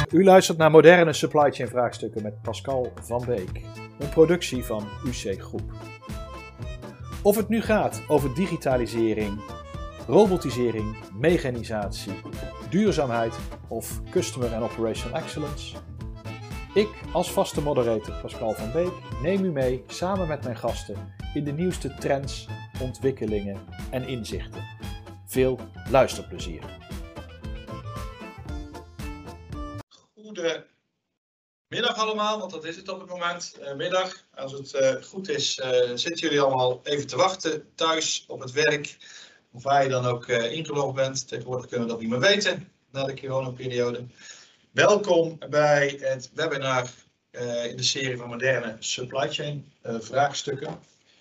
U luistert naar Moderne Supply Chain Vraagstukken met Pascal van Beek, een productie van UC Groep. Of het nu gaat over digitalisering, robotisering, mechanisatie, duurzaamheid of customer and operational excellence. Ik als vaste moderator Pascal van Beek neem u mee samen met mijn gasten in de nieuwste trends, ontwikkelingen en inzichten. Veel luisterplezier. Goedemiddag allemaal, want dat is het op het moment. Middag. Als het goed is, zitten jullie allemaal even te wachten thuis op het werk. Of waar je dan ook ingelogd bent. Tegenwoordig kunnen we dat niet meer weten na de coronaperiode. Welkom bij het webinar in de serie van Moderne Supply Chain Vraagstukken.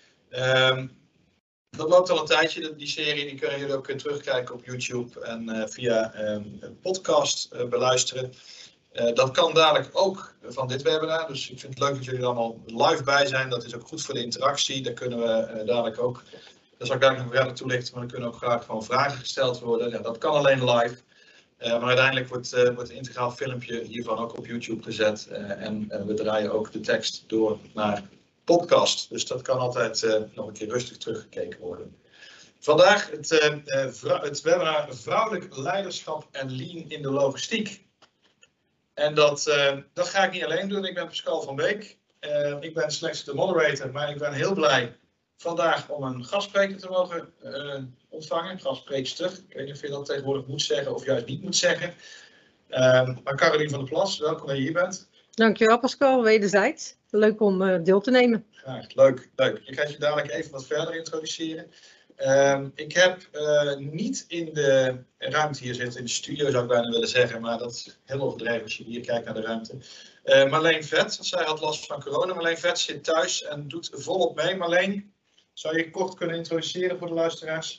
Dat loopt al een tijdje, die serie. Die kunnen jullie ook terugkijken op YouTube en via een podcast beluisteren. Dat kan dadelijk ook van dit webinar. Dus ik vind het leuk dat jullie er allemaal live bij zijn. Dat is ook goed voor de interactie. Daar kunnen we dadelijk ook, daar zal ik dadelijk nog verder toelichten, maar er kunnen ook graag gewoon vragen gesteld worden. Ja, dat kan alleen live. Maar uiteindelijk wordt een integraal filmpje hiervan ook op YouTube gezet. En we draaien ook de tekst door naar podcast. Dus dat kan altijd nog een keer rustig teruggekeken worden. Vandaag het webinar Vrouwelijk Leiderschap en Lean in de Logistiek. En dat ga ik niet alleen doen. Ik ben Pascal van Beek. Ik ben slechts de moderator, maar ik ben heel blij vandaag om een gastspreker te mogen ontvangen. Gastspreekster. Ik weet niet of je dat tegenwoordig moet zeggen of juist niet moet zeggen. Maar Caroline van der Plas, welkom dat je hier bent. Dankjewel Pascal, wederzijds. Leuk om deel te nemen. Graag, leuk. Ik ga je dadelijk even wat verder introduceren. Ik heb niet in de ruimte hier zitten, in de studio zou ik bijna willen zeggen, maar dat is heel overdreven als je hier kijkt naar de ruimte. Marleen Vet, zij had last van corona. Marleen Vet zit thuis en doet volop mee. Marleen, zou je kort kunnen introduceren voor de luisteraars?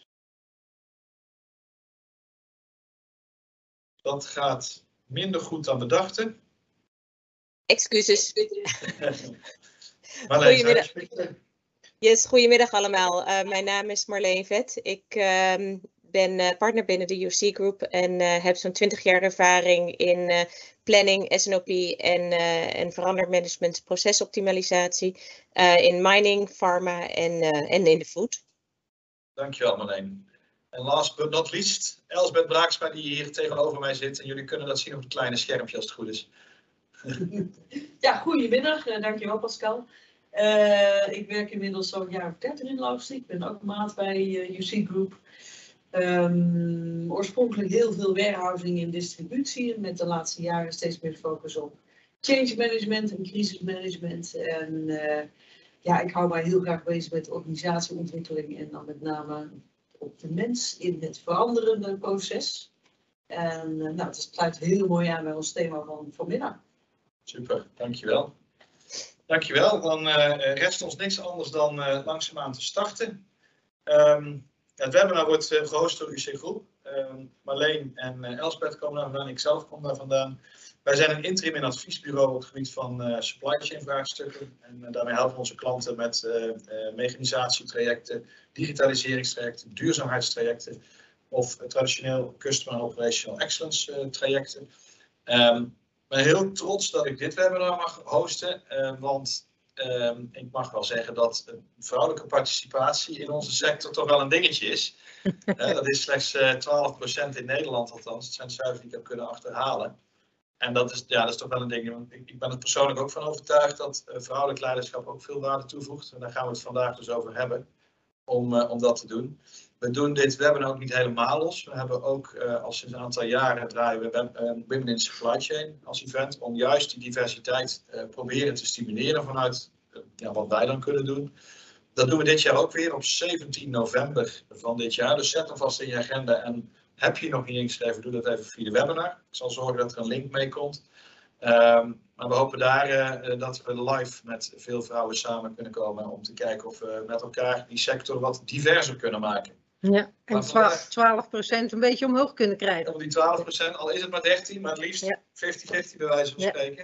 Dat gaat minder goed dan we dachten. Excuses. Marleen, Goedemiddag. Yes, goedemiddag allemaal. Mijn naam is Marleen Vet. Ik ben partner binnen de UC Group en heb zo'n 20 jaar ervaring in planning, S&OP en verandermanagement, procesoptimalisatie in mining, pharma en in de food. Dankjewel Marleen. En last but not least, Elsbeth Braaksma die hier tegenover mij zit. En jullie kunnen dat zien op het kleine schermpje als het goed is. Ja, goedemiddag. Dankjewel Pascal. Ik werk inmiddels zo'n jaar of 30 in logistiek. Ik ben ook maat bij UC Group. Oorspronkelijk heel veel warehousing en distributie. Met de laatste jaren steeds meer focus op change management en crisismanagement. En ja, ik hou mij heel graag bezig met organisatieontwikkeling. En dan met name op de mens in het veranderende proces. En nou, het sluit heel mooi aan bij ons thema van vanmiddag. Super, dankjewel. Dankjewel. Dan rest ons niks anders dan langzaamaan te starten. Het webinar wordt gehost door UC Groep. Marleen en Elsbeth komen daar vandaan, ik zelf kom daar vandaan. Wij zijn een interim en adviesbureau op het gebied van supply chain vraagstukken. En daarmee helpen we onze klanten met mechanisatietrajecten, digitaliseringstrajecten, duurzaamheidstrajecten of traditioneel customer and operational excellence trajecten. Ik ben heel trots dat ik dit webinar mag hosten, want ik mag wel zeggen dat vrouwelijke participatie in onze sector toch wel een dingetje is. Dat is slechts 12% in Nederland althans. Dat zijn de cijfers die ik heb kunnen achterhalen. En dat is toch wel een ding. Want ik ben er persoonlijk ook van overtuigd dat vrouwelijk leiderschap ook veel waarde toevoegt. En daar gaan we het vandaag dus over hebben om dat te doen. We doen dit webinar ook niet helemaal los. We hebben ook al sinds een aantal jaren draaien we Women in Supply Chain als event. Om juist die diversiteit proberen te stimuleren vanuit wat wij dan kunnen doen. Dat doen we dit jaar ook weer op 17 november van dit jaar. Dus zet hem vast in je agenda. En heb je nog niet ingeschreven, doe dat even via de webinar. Ik zal zorgen dat er een link mee komt. Maar we hopen daar dat we live met veel vrouwen samen kunnen komen. Om te kijken of we met elkaar die sector wat diverser kunnen maken. Ja, en 12% een beetje omhoog kunnen krijgen. Om die 12%, al is het maar 13, maar het liefst 50-50 bij wijze van spreken.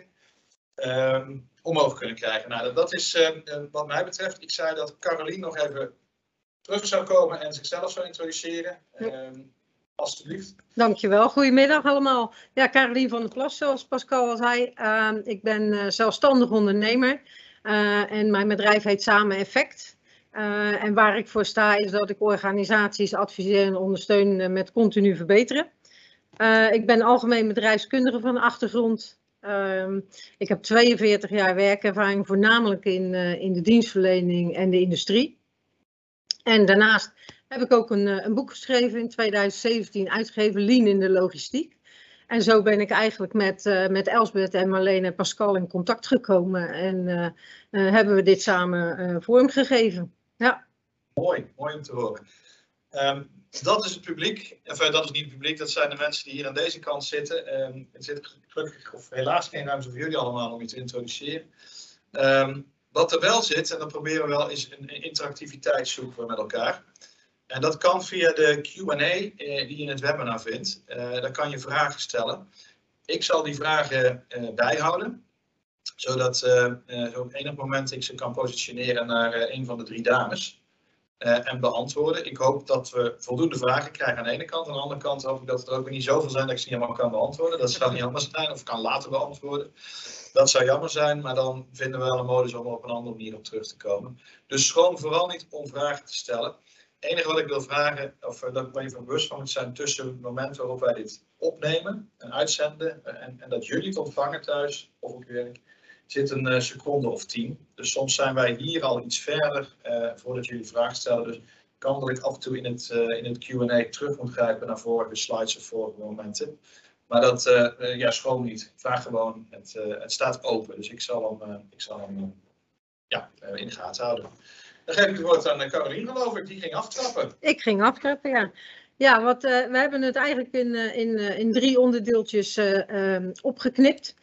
Omhoog kunnen krijgen. Nou, dat is wat mij betreft. Ik zei dat Caroline nog even terug zou komen en zichzelf zou introduceren. Alsjeblieft. Dankjewel. Goedemiddag allemaal. Ja, Carolien van der Plas, zoals Pascal al zei. Ik ben zelfstandig ondernemer en mijn bedrijf heet Samen Effect. En waar ik voor sta is dat ik organisaties adviseer en ondersteun met continu verbeteren. Ik ben algemeen bedrijfskundige van achtergrond. Ik heb 42 jaar werkervaring, voornamelijk in de dienstverlening en de industrie. En daarnaast heb ik ook een boek geschreven in 2017, uitgegeven Lean in de logistiek. En zo ben ik eigenlijk met Elsbeth en Marleen en Pascal in contact gekomen en hebben we dit samen vormgegeven. Ja. Mooi om te horen. Dat is het publiek. Enfin, dat is niet het publiek, dat zijn de mensen die hier aan deze kant zitten. Er zit gelukkig of helaas geen ruimte voor jullie allemaal om je te introduceren. Wat er wel zit, en dat proberen we wel, is een interactiviteit zoeken met elkaar. En dat kan via de Q&A die je in het webinar vindt. Daar kan je vragen stellen. Ik zal die vragen bijhouden, zodat op enig moment ik ze kan positioneren naar een van de 3 dames. En beantwoorden. Ik hoop dat we voldoende vragen krijgen aan de ene kant. Aan de andere kant hoop ik dat er ook weer niet zoveel zijn dat ik ze niet allemaal kan beantwoorden. Dat zou niet jammer zijn, of kan laten beantwoorden. Dat zou jammer zijn, maar dan vinden we wel een modus om er op een andere manier op terug te komen. Dus schroom vooral niet om vragen te stellen. Het enige wat ik wil vragen, of dat ik me even bewust van moet zijn tussen het moment waarop wij dit opnemen en uitzenden en dat jullie het ontvangen thuis of op werk, zit een seconde of 10. Dus soms zijn wij hier al iets verder voordat jullie vragen stellen. Dus kan dat ik af en toe in het Q&A terug moet grijpen naar vorige slides of vorige momenten. Maar dat schroom niet. Vraag gewoon. Het staat open. Dus ik zal hem in de gaten houden. Dan geef ik het woord aan Carolien, geloof ik. Die ging aftrappen. Ik ging aftrappen, ja. Ja, we hebben het eigenlijk in 3 onderdeeltjes opgeknipt.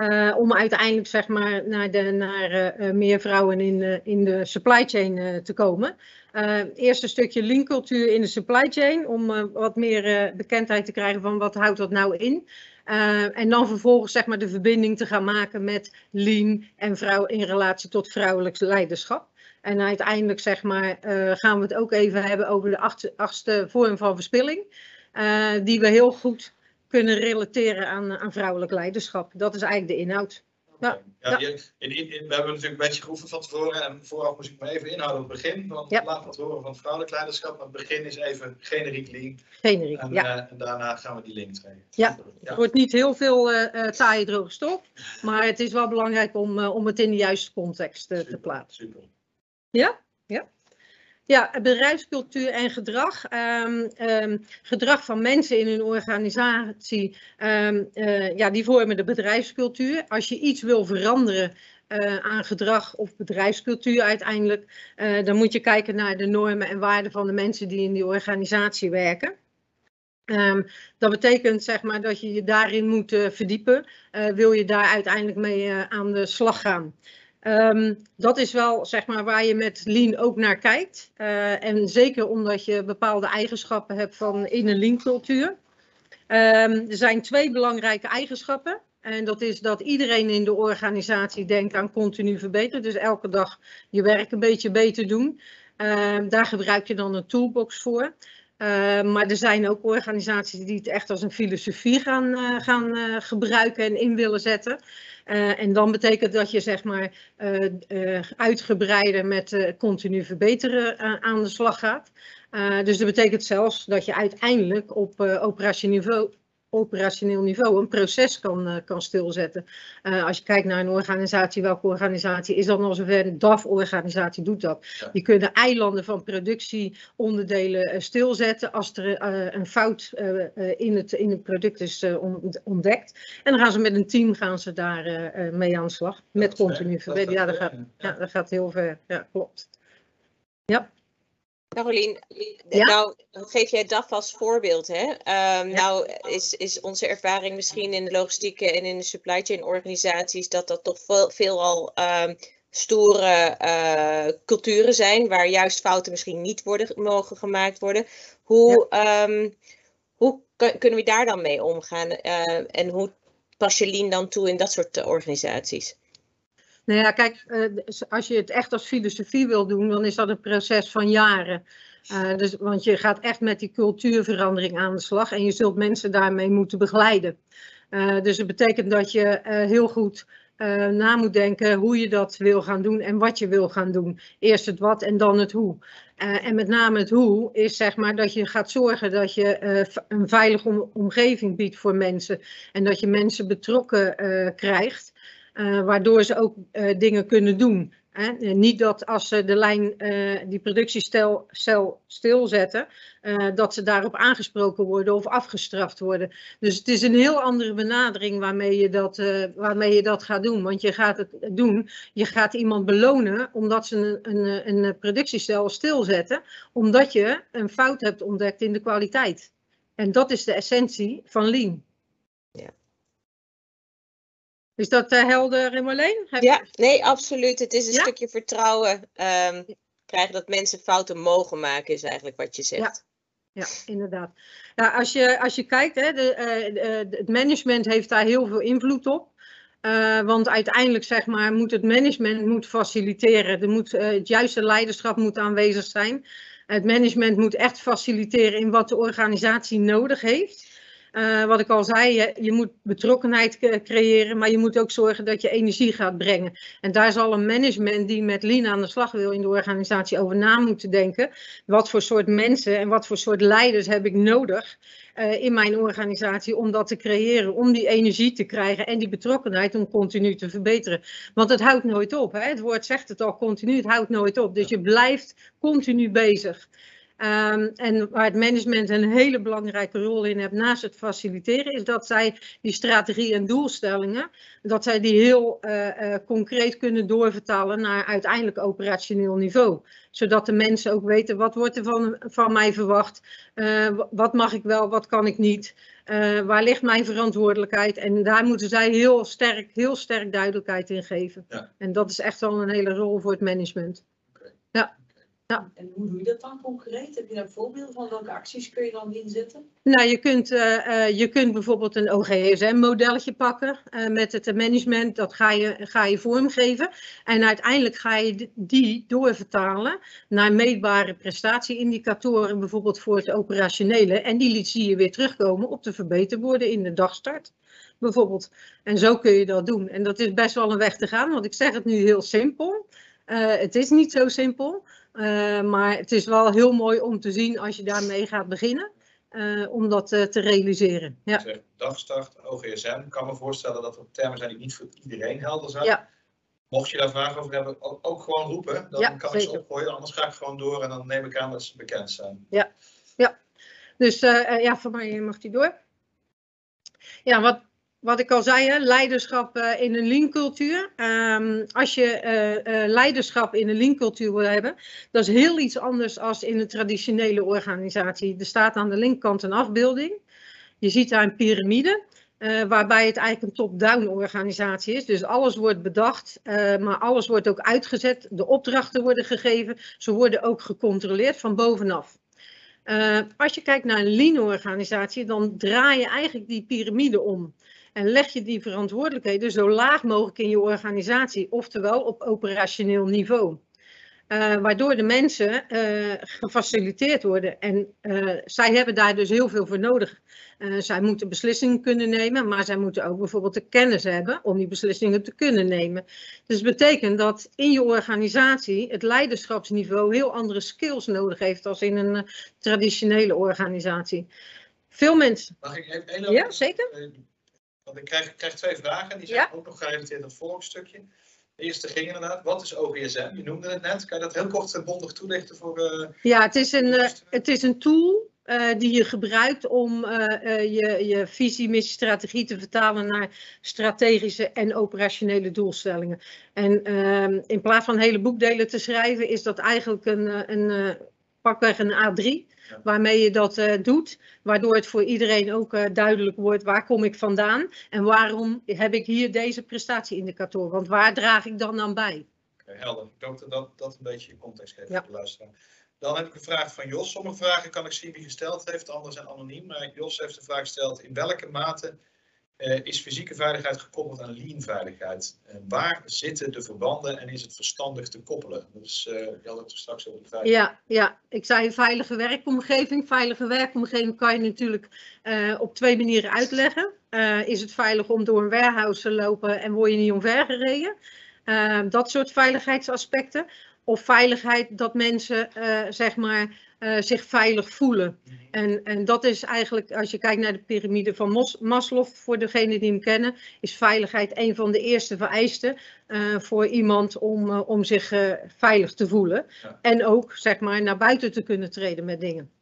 Om uiteindelijk zeg maar naar meer vrouwen in de supply chain te komen. Eerst een stukje lean cultuur in de supply chain. Om wat meer bekendheid te krijgen van wat houdt dat nou in. En dan vervolgens zeg maar de verbinding te gaan maken met lean en vrouw in relatie tot vrouwelijk leiderschap. En uiteindelijk zeg maar gaan we het ook even hebben over de 8e vorm van verspilling. Die we heel goed kunnen relateren aan vrouwelijk leiderschap. Dat is eigenlijk de inhoud. Okay. Ja. We hebben natuurlijk een beetje geoefend van tevoren. En vooraf moest ik me even inhouden op het begin. Want laat wat horen van het vrouwelijk leiderschap. Maar het begin is even generiek lean. Generiek, en daarna gaan we die link trekken. Ja, het wordt niet heel veel taaie droge stof. Maar het is wel belangrijk om het in de juiste context te plaatsen. Super. Ja? Ja. Ja, bedrijfscultuur en gedrag. Gedrag van mensen in een organisatie, die vormen de bedrijfscultuur. Als je iets wil veranderen aan gedrag of bedrijfscultuur uiteindelijk, dan moet je kijken naar de normen en waarden van de mensen die in die organisatie werken. Dat betekent zeg maar dat je je daarin moet verdiepen, wil je daar uiteindelijk mee aan de slag gaan. Dat is wel zeg maar waar je met lean ook naar kijkt. En zeker omdat je bepaalde eigenschappen hebt in een lean cultuur. Er zijn 2 belangrijke eigenschappen. En dat is dat iedereen in de organisatie denkt aan continu verbeteren. Dus elke dag je werk een beetje beter doen. Daar gebruik je dan een toolbox voor. Maar er zijn ook organisaties die het echt als een filosofie gaan gebruiken en in willen zetten. En dan betekent dat je zeg maar uitgebreider met continu verbeteren aan de slag gaat. Dus dat betekent zelfs dat je uiteindelijk op operationeel niveau een proces kan stilzetten. Als je kijkt naar een organisatie, welke organisatie is dan al zover? Een DAF-organisatie doet dat. Ja. Die kunnen eilanden van productieonderdelen stilzetten als er een fout in het product is ontdekt. En dan gaan ze met een team daar mee aan de slag. Met continu verbetering. Dat gaat heel ver. Ja, klopt. Ja. Carolien, nou geef jij DAF als voorbeeld, hè? Nou is onze ervaring misschien in de logistieke en in de supply chain organisaties dat toch veelal stoere culturen zijn, waar juist fouten misschien niet mogen gemaakt worden. Hoe kunnen we daar dan mee omgaan en hoe pas je lean dan toe in dat soort organisaties? Nou ja, kijk, als je het echt als filosofie wil doen, dan is dat een proces van jaren. Want je gaat echt met die cultuurverandering aan de slag en je zult mensen daarmee moeten begeleiden. Dus het betekent dat je heel goed na moet denken hoe je dat wil gaan doen en wat je wil gaan doen. Eerst het wat en dan het hoe. En met name het hoe is zeg maar dat je gaat zorgen dat je een veilige omgeving biedt voor mensen. En dat je mensen betrokken krijgt, waardoor ze ook dingen kunnen doen. Niet dat als ze de lijn, die productiecel stilzetten, dat ze daarop aangesproken worden of afgestraft worden. Dus het is een heel andere benadering waarmee je dat gaat doen. Want je gaat het doen, je gaat iemand belonen omdat ze een productiecel stilzetten, omdat je een fout hebt ontdekt in de kwaliteit. En dat is de essentie van Lean. Ja. Is dat helder, Marleen? Ja, nee, absoluut. Het is een stukje vertrouwen krijgen dat mensen fouten mogen maken, is eigenlijk wat je zegt. Ja, inderdaad. Ja, als je kijkt, hè, het management heeft daar heel veel invloed op. Want uiteindelijk zeg maar, moet het management faciliteren. Het juiste leiderschap moet aanwezig zijn. Het management moet echt faciliteren in wat de organisatie nodig heeft. Wat ik al zei, je moet betrokkenheid creëren, maar je moet ook zorgen dat je energie gaat brengen. En daar zal een management die met Lean aan de slag wil in de organisatie over na moeten denken. Wat voor soort mensen en wat voor soort leiders heb ik nodig in mijn organisatie om dat te creëren, om die energie te krijgen en die betrokkenheid om continu te verbeteren. Want het houdt nooit op. Hè? Het woord zegt het al continu, het houdt nooit op. Dus je blijft continu bezig. En waar het management een hele belangrijke rol in heeft naast het faciliteren, is dat zij die strategie en doelstellingen, dat zij die heel concreet kunnen doorvertalen naar uiteindelijk operationeel niveau. Zodat de mensen ook weten wat wordt er van mij verwacht, wat mag ik wel, wat kan ik niet, waar ligt mijn verantwoordelijkheid. En daar moeten zij heel sterk duidelijkheid in geven. Ja. En dat is echt wel een hele rol voor het management. Okay. Ja. Ja. En hoe doe je dat dan concreet? Heb je daar voorbeelden van? Welke acties kun je dan inzetten? Nou, je kunt bijvoorbeeld een OGSM-modelletje pakken met het management. Dat ga je vormgeven. En uiteindelijk ga je die doorvertalen naar meetbare prestatieindicatoren, bijvoorbeeld voor het operationele. En die zie je weer terugkomen op de verbeterwoorden in de dagstart, bijvoorbeeld. En zo kun je dat doen. En dat is best wel een weg te gaan, want ik zeg het nu heel simpel. Het is niet zo simpel. Maar het is wel heel mooi om te zien als je daarmee gaat beginnen, om dat te realiseren. Ja. Zeg, dagstart, OGSM, ik kan me voorstellen dat er termen zijn die niet voor iedereen helder zijn. Ja. Mocht je daar vragen over hebben, ook gewoon roepen, dan kan ik ze opgooien, anders ga ik gewoon door en dan neem ik aan dat ze bekend zijn. Ja, ja. Dus van mij mag die door. Ja, wat ik al zei, hè, leiderschap in een Lean-cultuur. Als je leiderschap in een Lean-cultuur wil hebben, dat is heel iets anders dan in een traditionele organisatie. Er staat aan de linkerkant een afbeelding. Je ziet daar een piramide, waarbij het eigenlijk een top-down organisatie is. Dus alles wordt bedacht, maar alles wordt ook uitgezet. De opdrachten worden gegeven, ze worden ook gecontroleerd van bovenaf. Als je kijkt naar een Lean-organisatie, dan draai je eigenlijk die piramide om. En leg je die verantwoordelijkheden zo laag mogelijk in je organisatie, oftewel op operationeel niveau. Waardoor de mensen gefaciliteerd worden. En zij hebben daar dus heel veel voor nodig. Zij moeten beslissingen kunnen nemen, maar zij moeten ook bijvoorbeeld de kennis hebben om die beslissingen te kunnen nemen. Dus dat betekent dat in je organisatie het leiderschapsniveau heel andere skills nodig heeft dan in een traditionele organisatie. Veel mensen. Mag ik even één Ja, zeker. Want ik krijg twee vragen, die zijn ook nog gerelateerd aan het vorige stukje. De eerste ging inderdaad, wat is OGSM? Je noemde het net, kan je dat heel kort en bondig toelichten voor... Ja, het is een tool die je gebruikt om je visie, missie, strategie te vertalen naar strategische en operationele doelstellingen. En in plaats van hele boekdelen te schrijven, is dat eigenlijk pakweg een A3. Ja. Waarmee je dat doet, waardoor het voor iedereen ook duidelijk wordt waar kom ik vandaan en waarom heb ik hier deze prestatieindicatoren, want waar draag ik dan aan bij? Okay, helder, ik hoop dat een beetje context geeft voor de luisteraar. Dan heb ik een vraag van Jos. Sommige vragen kan ik zien wie gesteld heeft, andere zijn anoniem, maar Jos heeft de vraag gesteld: in welke mate is fysieke veiligheid gekoppeld aan lean-veiligheid? Waar zitten de verbanden en is het verstandig te koppelen? Dus je had het er straks over de veiligheid. Ja, ik zei veilige werkomgeving. Veilige werkomgeving kan je natuurlijk op 2 manieren uitleggen. Is het veilig om door een warehouse te lopen en word je niet omvergereden? Dat soort veiligheidsaspecten. Of veiligheid dat mensen zeg maar, zich veilig voelen. En dat is eigenlijk, als je kijkt naar de piramide van Maslow, voor degenen die hem kennen, is veiligheid een van de eerste vereisten voor iemand om zich veilig te voelen. Ja. En ook zeg maar, naar buiten te kunnen treden met dingen.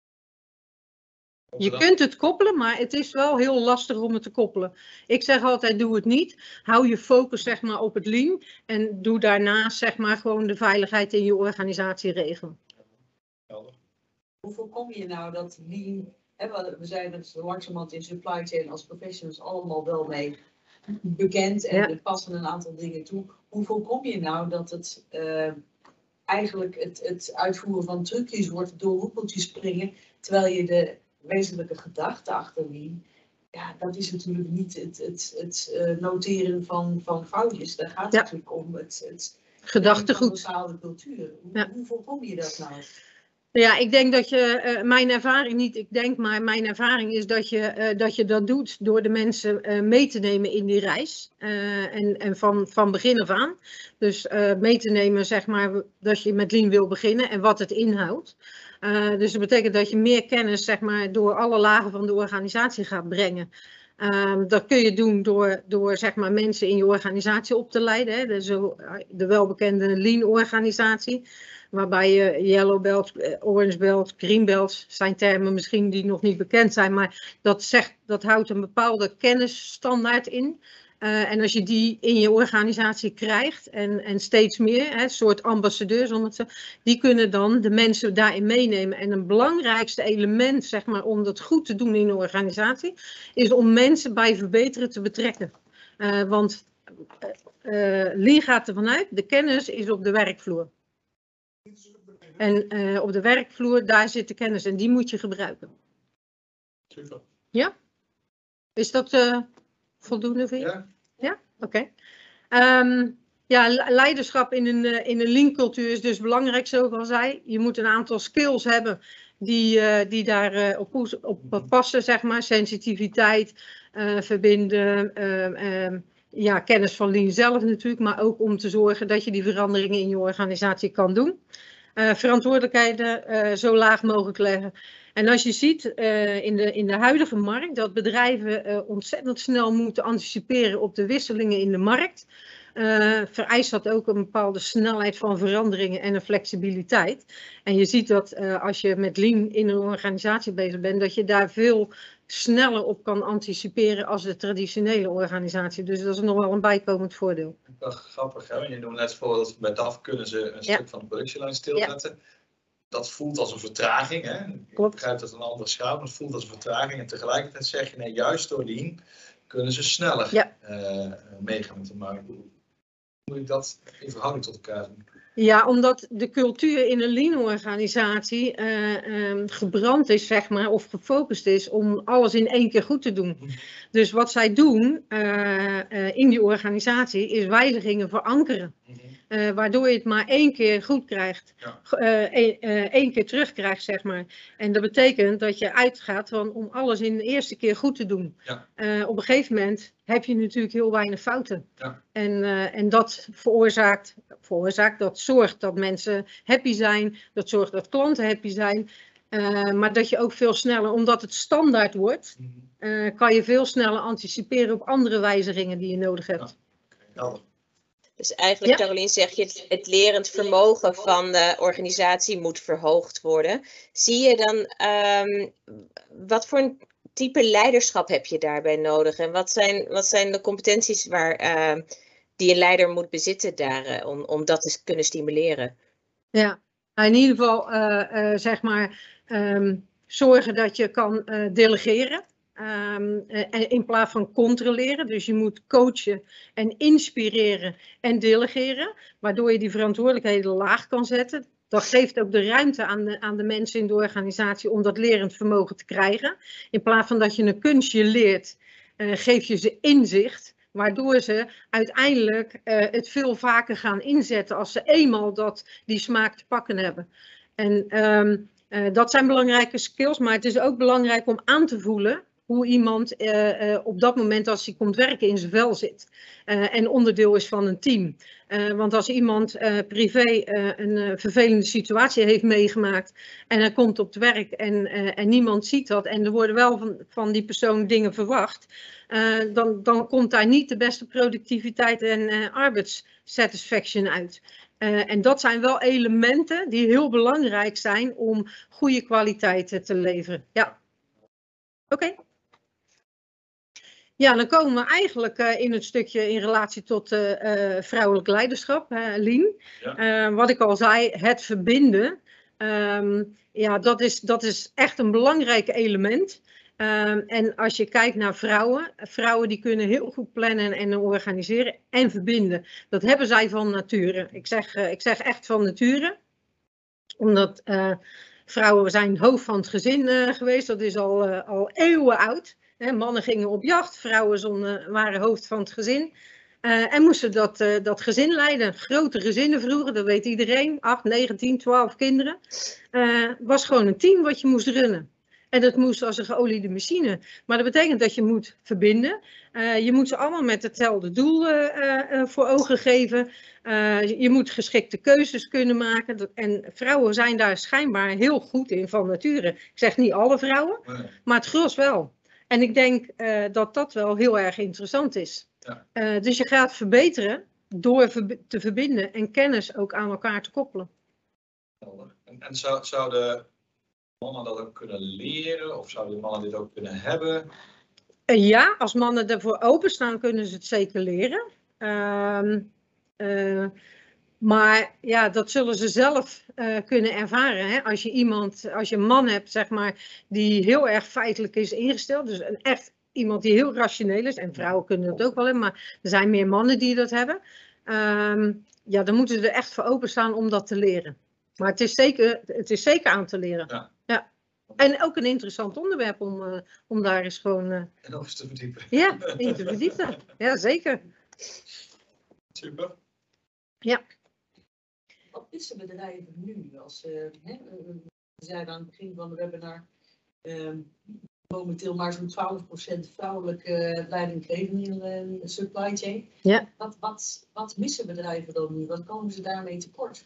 Je kunt het koppelen, maar het is wel heel lastig om het te koppelen. Ik zeg altijd, doe het niet. Hou je focus zeg maar, op het lean. En doe daarnaast zeg maar, gewoon de veiligheid in je organisatie regelen. Hoe voorkom je nou dat lean... We zijn het langzamerhand in supply chain als professionals allemaal wel mee bekend. En er passen een aantal dingen toe. Hoe voorkom je nou dat het... eigenlijk het uitvoeren van trucjes wordt door hoepeltjes springen, terwijl je de wezenlijke gedachte achter lean, ja, dat is natuurlijk niet het noteren van foutjes. Daar gaat het natuurlijk om het gedachtegoed. Van cultuur. Hoe voorkom je dat nou? Ja, ik denk dat je, mijn ervaring niet, ik denk maar, mijn ervaring is dat je dat doet door de mensen mee te nemen in die reis. En van begin af aan. Dus mee te nemen, zeg maar, dat je met lean wil beginnen en wat het inhoudt. Dus dat betekent dat je meer kennis, zeg maar, door alle lagen van de organisatie gaat brengen. Dat kun je doen door zeg maar, mensen in je organisatie op te leiden. Hè. De welbekende lean-organisatie. Waarbij je yellow belt, orange belt, green belt zijn termen misschien die nog niet bekend zijn. Maar dat houdt een bepaalde kennisstandaard in. En als je die in je organisatie krijgt en steeds meer, een soort ambassadeurs, die kunnen dan de mensen daarin meenemen. En een belangrijkste element zeg maar, om dat goed te doen in een organisatie is om mensen bij verbeteren te betrekken. Want lean gaat ervan uit, de kennis is op de werkvloer. En op de werkvloer, daar zit de kennis en die moet je gebruiken. Super. Ja? Is dat voldoende voor je? Ja. Ja? Oké. Ja, leiderschap in een lean cultuur is dus belangrijk, zoals ik al zei. Je moet een aantal skills hebben die daar op passen, zeg maar. Sensitiviteit, verbinden, ja, kennis van lean zelf natuurlijk, maar ook om te zorgen dat je die veranderingen in je organisatie kan doen. Verantwoordelijkheden zo laag mogelijk leggen. En als je ziet in de huidige markt dat bedrijven ontzettend snel moeten anticiperen op de wisselingen in de markt, vereist dat ook een bepaalde snelheid van veranderingen en een flexibiliteit. En je ziet dat als je met lean in een organisatie bezig bent, dat je daar veel sneller op kan anticiperen als de traditionele organisatie. Dus dat is nog wel een bijkomend voordeel. Grappig, hè? Je noemde net het voorbeeld dat bij DAF kunnen ze een stuk van de productielijn stilzetten. Ja. Dat voelt als een vertraging. Hè? Ik begrijp dat een andere schaal, maar het voelt als een vertraging. En tegelijkertijd zeg je, nee, juist door lean kunnen ze sneller meegaan met de markt. Hoe moet ik dat in verhouding tot elkaar doen? Ja, omdat de cultuur in een lean-organisatie gebrand is, zeg maar, of gefocust is om alles in één keer goed te doen. Dus wat zij doen in die organisatie is wijzigingen verankeren. Waardoor je het maar 1 keer goed krijgt, 1 keer terugkrijgt, zeg maar. En dat betekent dat je uitgaat van om alles in de eerste keer goed te doen. Ja. Op een gegeven moment heb je natuurlijk heel weinig fouten. Ja. En dat dat zorgt dat mensen happy zijn, dat zorgt dat klanten happy zijn. Maar dat je ook veel sneller, omdat het standaard wordt, kan je veel sneller anticiperen op andere wijzigingen die je nodig hebt. Ja. Dus eigenlijk, Carolien, zeg je het lerend vermogen van de organisatie moet verhoogd worden. Zie je dan, wat voor een type leiderschap heb je daarbij nodig? En wat zijn de competenties die een leider moet bezitten daar, om dat te kunnen stimuleren? Ja, in ieder geval zeg maar zorgen dat je kan delegeren. In plaats van controleren. Dus je moet coachen en inspireren en delegeren. Waardoor je die verantwoordelijkheden laag kan zetten. Dat geeft ook de ruimte aan de mensen in de organisatie om dat lerend vermogen te krijgen. In plaats van dat je een kunstje leert geef je ze inzicht, waardoor ze uiteindelijk het veel vaker gaan inzetten als ze eenmaal die smaak te pakken hebben. En dat zijn belangrijke skills, maar het is ook belangrijk om aan te voelen hoe iemand op dat moment als hij komt werken in zijn vel zit. En onderdeel is van een team. Want als iemand privé een vervelende situatie heeft meegemaakt en hij komt op het werk en niemand ziet dat en er worden wel van die persoon dingen verwacht, dan komt daar niet de beste productiviteit en arbeidssatisfaction uit. En dat zijn wel elementen die heel belangrijk zijn om goede kwaliteiten te leveren. Ja. Oké. Ja, dan komen we eigenlijk in het stukje in relatie tot vrouwelijk leiderschap, Lien. Ja. Wat ik al zei, het verbinden. Ja, dat is echt een belangrijk element. En als je kijkt naar vrouwen die kunnen heel goed plannen en organiseren en verbinden. Dat hebben zij van nature. Ik zeg echt van nature. Omdat vrouwen zijn het hoofd van het gezin geweest. Dat is al eeuwen oud. Mannen gingen op jacht, vrouwen waren hoofd van het gezin. En moesten dat gezin leiden. Grote gezinnen vroeger, dat weet iedereen. 8, 9, 10, 12 kinderen. Was gewoon een team wat je moest runnen. En dat moest als een geoliede machine. Maar dat betekent dat je moet verbinden. Je moet ze allemaal met hetzelfde doel voor ogen geven. Je moet geschikte keuzes kunnen maken. En vrouwen zijn daar schijnbaar heel goed in van nature. Ik zeg niet alle vrouwen, maar het gros wel. En ik denk dat dat wel heel erg interessant is. Ja. Dus je gaat verbeteren door te verbinden en kennis ook aan elkaar te koppelen. En zouden mannen dat ook kunnen leren? Of zouden mannen dit ook kunnen hebben? Ja, als mannen ervoor openstaan kunnen ze het zeker leren. Maar ja, dat zullen ze zelf kunnen ervaren. Hè? Als je een man hebt, zeg maar, die heel erg feitelijk is ingesteld. Dus echt iemand die heel rationeel is. En vrouwen kunnen dat ook wel hebben, maar er zijn meer mannen die dat hebben. Ja, dan moeten ze er echt voor openstaan om dat te leren. Maar het is zeker aan te leren. Ja. Ja. En ook een interessant onderwerp om daar eens gewoon... en over te verdiepen. Ja, in te verdiepen. Ja, zeker. Super. Ja. Wat missen bedrijven nu? We zeiden aan het begin van de webinar, momenteel maar zo'n 12% vrouwelijke leidinggevenden in de supply chain. Ja. Wat missen bedrijven dan nu? Wat komen ze daarmee tekort?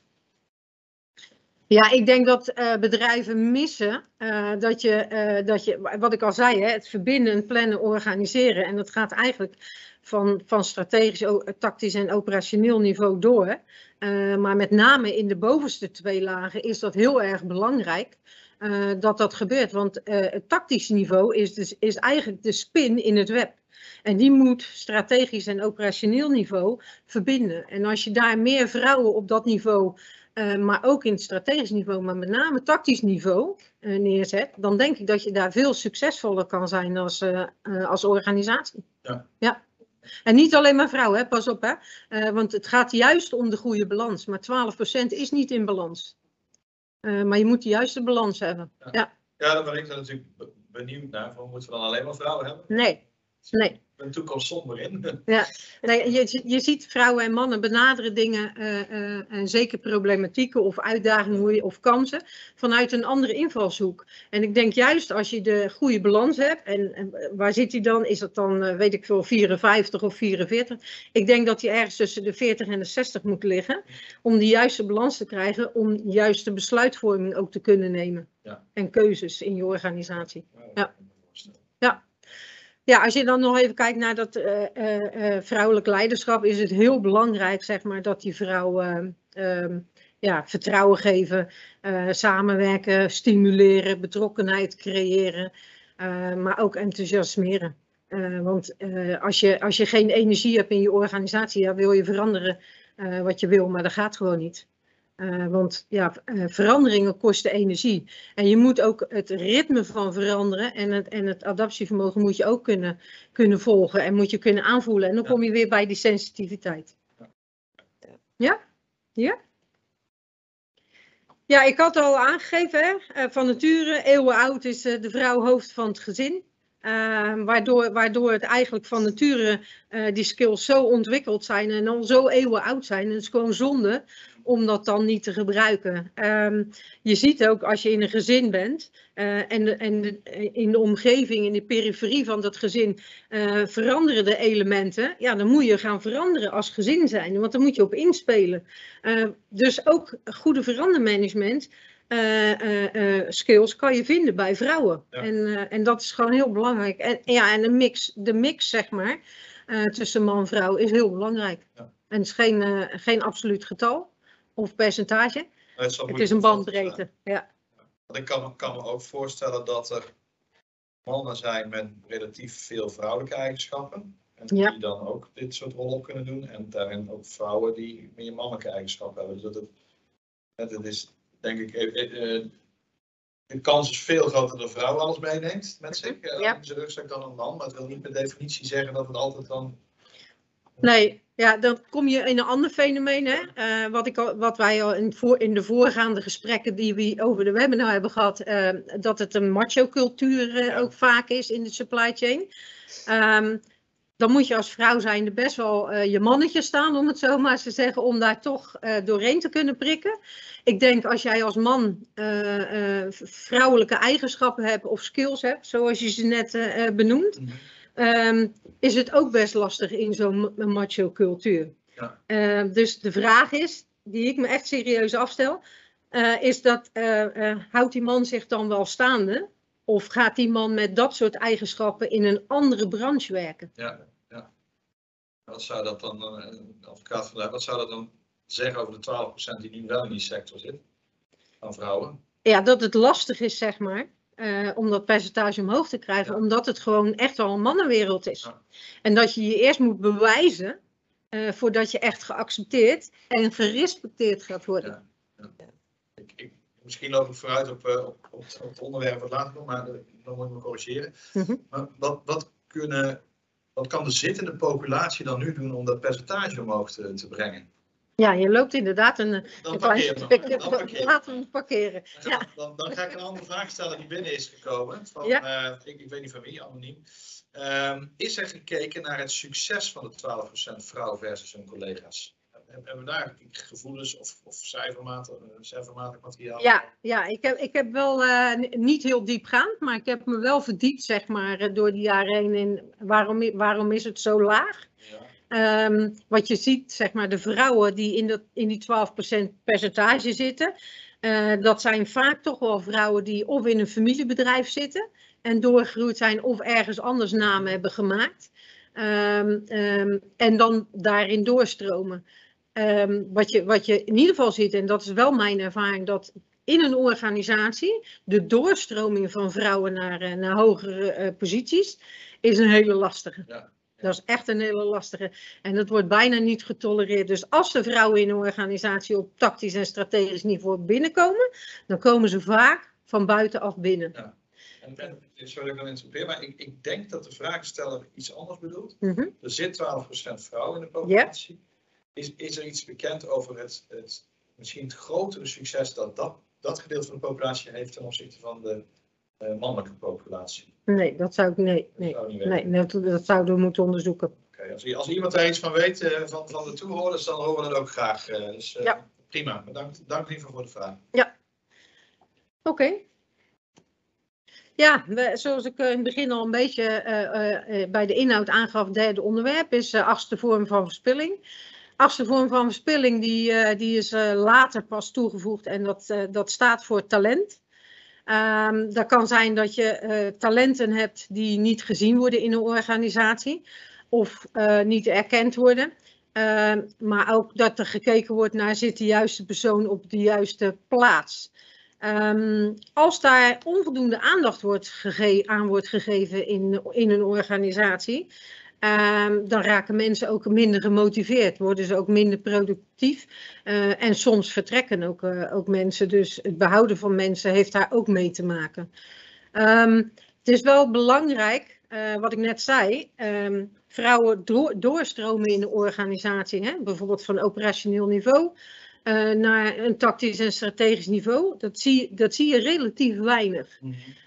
Ja, ik denk dat bedrijven missen dat je, wat ik al zei, het verbinden, plannen, organiseren. En dat gaat eigenlijk van strategisch, tactisch en operationeel niveau door. Maar met name in de bovenste 2 lagen is dat heel erg belangrijk dat gebeurt. Want het tactische niveau is eigenlijk de spin in het web. En die moet strategisch en operationeel niveau verbinden. En als je daar meer vrouwen op dat niveau... maar ook in het strategisch niveau, maar met name tactisch niveau neerzet, dan denk ik dat je daar veel succesvoller kan zijn als organisatie. Ja. Ja. En niet alleen maar vrouwen, hè? Pas op, hè? Want het gaat juist om de goede balans. Maar 12% is niet in balans. Maar je moet de juiste balans hebben. Ja, ja. Ja, daar ben ik dan natuurlijk benieuwd naar. Moeten we dan alleen maar vrouwen hebben? Nee. Nee. Een toekomst somber in. Ja, nee, je ziet vrouwen en mannen benaderen dingen en zeker problematieken of uitdagingen of kansen vanuit een andere invalshoek. En ik denk juist als je de goede balans hebt, en waar zit die dan? Is dat dan, weet ik veel, 54 of 44? Ik denk dat die ergens tussen de 40 en de 60 moet liggen om de juiste balans te krijgen, om de juiste besluitvorming ook te kunnen nemen. Ja. En keuzes in je organisatie. Ja. Ja. Ja, als je dan nog even kijkt naar dat vrouwelijk leiderschap, is het heel belangrijk, zeg maar, dat die vrouwen vertrouwen geven, samenwerken, stimuleren, betrokkenheid creëren, maar ook enthousiasmeren. Want als je geen energie hebt in je organisatie, ja, wil je veranderen wat je wil, maar dat gaat gewoon niet. Want ja, veranderingen kosten energie. En je moet ook het ritme van veranderen en het adaptievermogen moet je ook kunnen volgen en moet je kunnen aanvoelen. En dan kom je weer bij die sensitiviteit. Ja? Ja? Ja, ik had al aangegeven, hè? Van nature, eeuwen oud is de vrouw hoofd van het gezin. Waardoor het eigenlijk van nature die skills zo ontwikkeld zijn en al zo eeuwen oud zijn. En het is gewoon zonde om dat dan niet te gebruiken. Je ziet ook als je in een gezin bent en in de omgeving, in de periferie van dat gezin veranderen de elementen. Ja, dan moet je gaan veranderen als gezin zijn, want dan moet je op inspelen. Dus ook goede verandermanagement skills kan je vinden bij vrouwen. Ja. En dat is gewoon heel belangrijk. En de mix zeg maar, tussen man en vrouw is heel belangrijk. Ja. En het is geen absoluut getal of percentage. Het is een bandbreedte. Ja. Ik kan me ook voorstellen dat er mannen zijn met relatief veel vrouwelijke eigenschappen. En die dan ook dit soort rollen op kunnen doen. En daarin ook vrouwen die meer mannelijke eigenschappen hebben. Dus het is, denk ik, de kans is veel groter dat een vrouw alles meeneemt met zich. In zijn rugzak dan een man. Maar het wil niet per definitie zeggen dat het altijd dan... Nee, ja, dan kom je in een ander fenomeen. Hè? Wat wij al in de voorgaande gesprekken die we over de webinar hebben gehad. Dat het een macho cultuur ook vaak is in de supply chain. Dan moet je als vrouw zijnde best wel je mannetje staan, om het zo maar te zeggen, om daar toch doorheen te kunnen prikken. Ik denk als jij als man vrouwelijke eigenschappen hebt of skills hebt, zoals je ze net benoemt, is het ook best lastig in zo'n macho cultuur. Ja. Dus de vraag is, die ik me echt serieus afstel, is dat houdt die man zich dan wel staande? Of gaat die man met dat soort eigenschappen in een andere branche werken? Ja. Wat zou dat dan, advocaat vandaag, wat zou dat dan zeggen over de 12% die nu wel in die sector zit, van vrouwen? Ja, dat het lastig is, zeg maar, om dat percentage omhoog te krijgen, omdat het gewoon echt wel een mannenwereld is. Ja. En dat je je eerst moet bewijzen, voordat je echt geaccepteerd en gerespecteerd gaat worden. Ja. Misschien loop ik vooruit op het onderwerp wat later komt, maar dan moet ik me corrigeren. Maar wat kan de zittende populatie dan nu doen om dat percentage omhoog te brengen? Ja, je loopt inderdaad een klein stukje. Laten we hem parkeren. Dan ga ik een andere vraag stellen die binnen is gekomen. Ik weet niet van wie, anoniem. Is er gekeken naar het succes van de 12% vrouw versus hun collega's? Hebben we daar gevoelens of cijfermatig materiaal? Ja, ik heb wel niet heel diepgaand, maar ik heb me wel verdiept, zeg maar, door de jaren heen in waarom is het zo laag. Ja. Wat je ziet, zeg maar, de vrouwen die in die 12% percentage zitten, dat zijn vaak toch wel vrouwen die of in een familiebedrijf zitten en doorgegroeid zijn of ergens anders namen hebben gemaakt. En dan daarin doorstromen. Wat je in ieder geval ziet, en dat is wel mijn ervaring, dat in een organisatie de doorstroming van vrouwen naar hogere posities is een hele lastige. Ja. Dat is echt een hele lastige. En dat wordt bijna niet getolereerd. Dus als de vrouwen in een organisatie op tactisch en strategisch niveau binnenkomen, dan komen ze vaak van buitenaf binnen. Ja. En sorry dat ik dan interrompeer, maar ik denk dat de vraagsteller iets anders bedoelt. Er zit 12% vrouwen in de populatie. Yeah. Is er iets bekend over het misschien het grotere succes dat gedeelte van de populatie heeft ten opzichte van de mannelijke populatie? Nee, dat zou ik dat zouden we moeten onderzoeken. Okay, als iemand daar iets van weet van de toehoorders, dan horen we dat ook graag. Prima, bedankt. Dank liever voor de vraag. Ja. Oké. Ja, zoals ik in het begin al een beetje bij de inhoud aangaf, derde onderwerp is achtste vorm van verspilling. Achtste vorm van verspilling die is later pas toegevoegd en dat staat voor talent. Dat kan zijn dat je talenten hebt die niet gezien worden in een organisatie of niet erkend worden. Maar ook dat er gekeken wordt naar zit de juiste persoon op de juiste plaats. Als daar onvoldoende aandacht aan wordt gegeven in een organisatie, dan raken mensen ook minder gemotiveerd, worden ze ook minder productief en soms vertrekken ook mensen. Dus het behouden van mensen heeft daar ook mee te maken. Het is wel belangrijk, wat ik net zei, vrouwen doorstromen in de organisatie, hè? Bijvoorbeeld van operationeel niveau naar een tactisch en strategisch niveau. Dat zie je relatief weinig.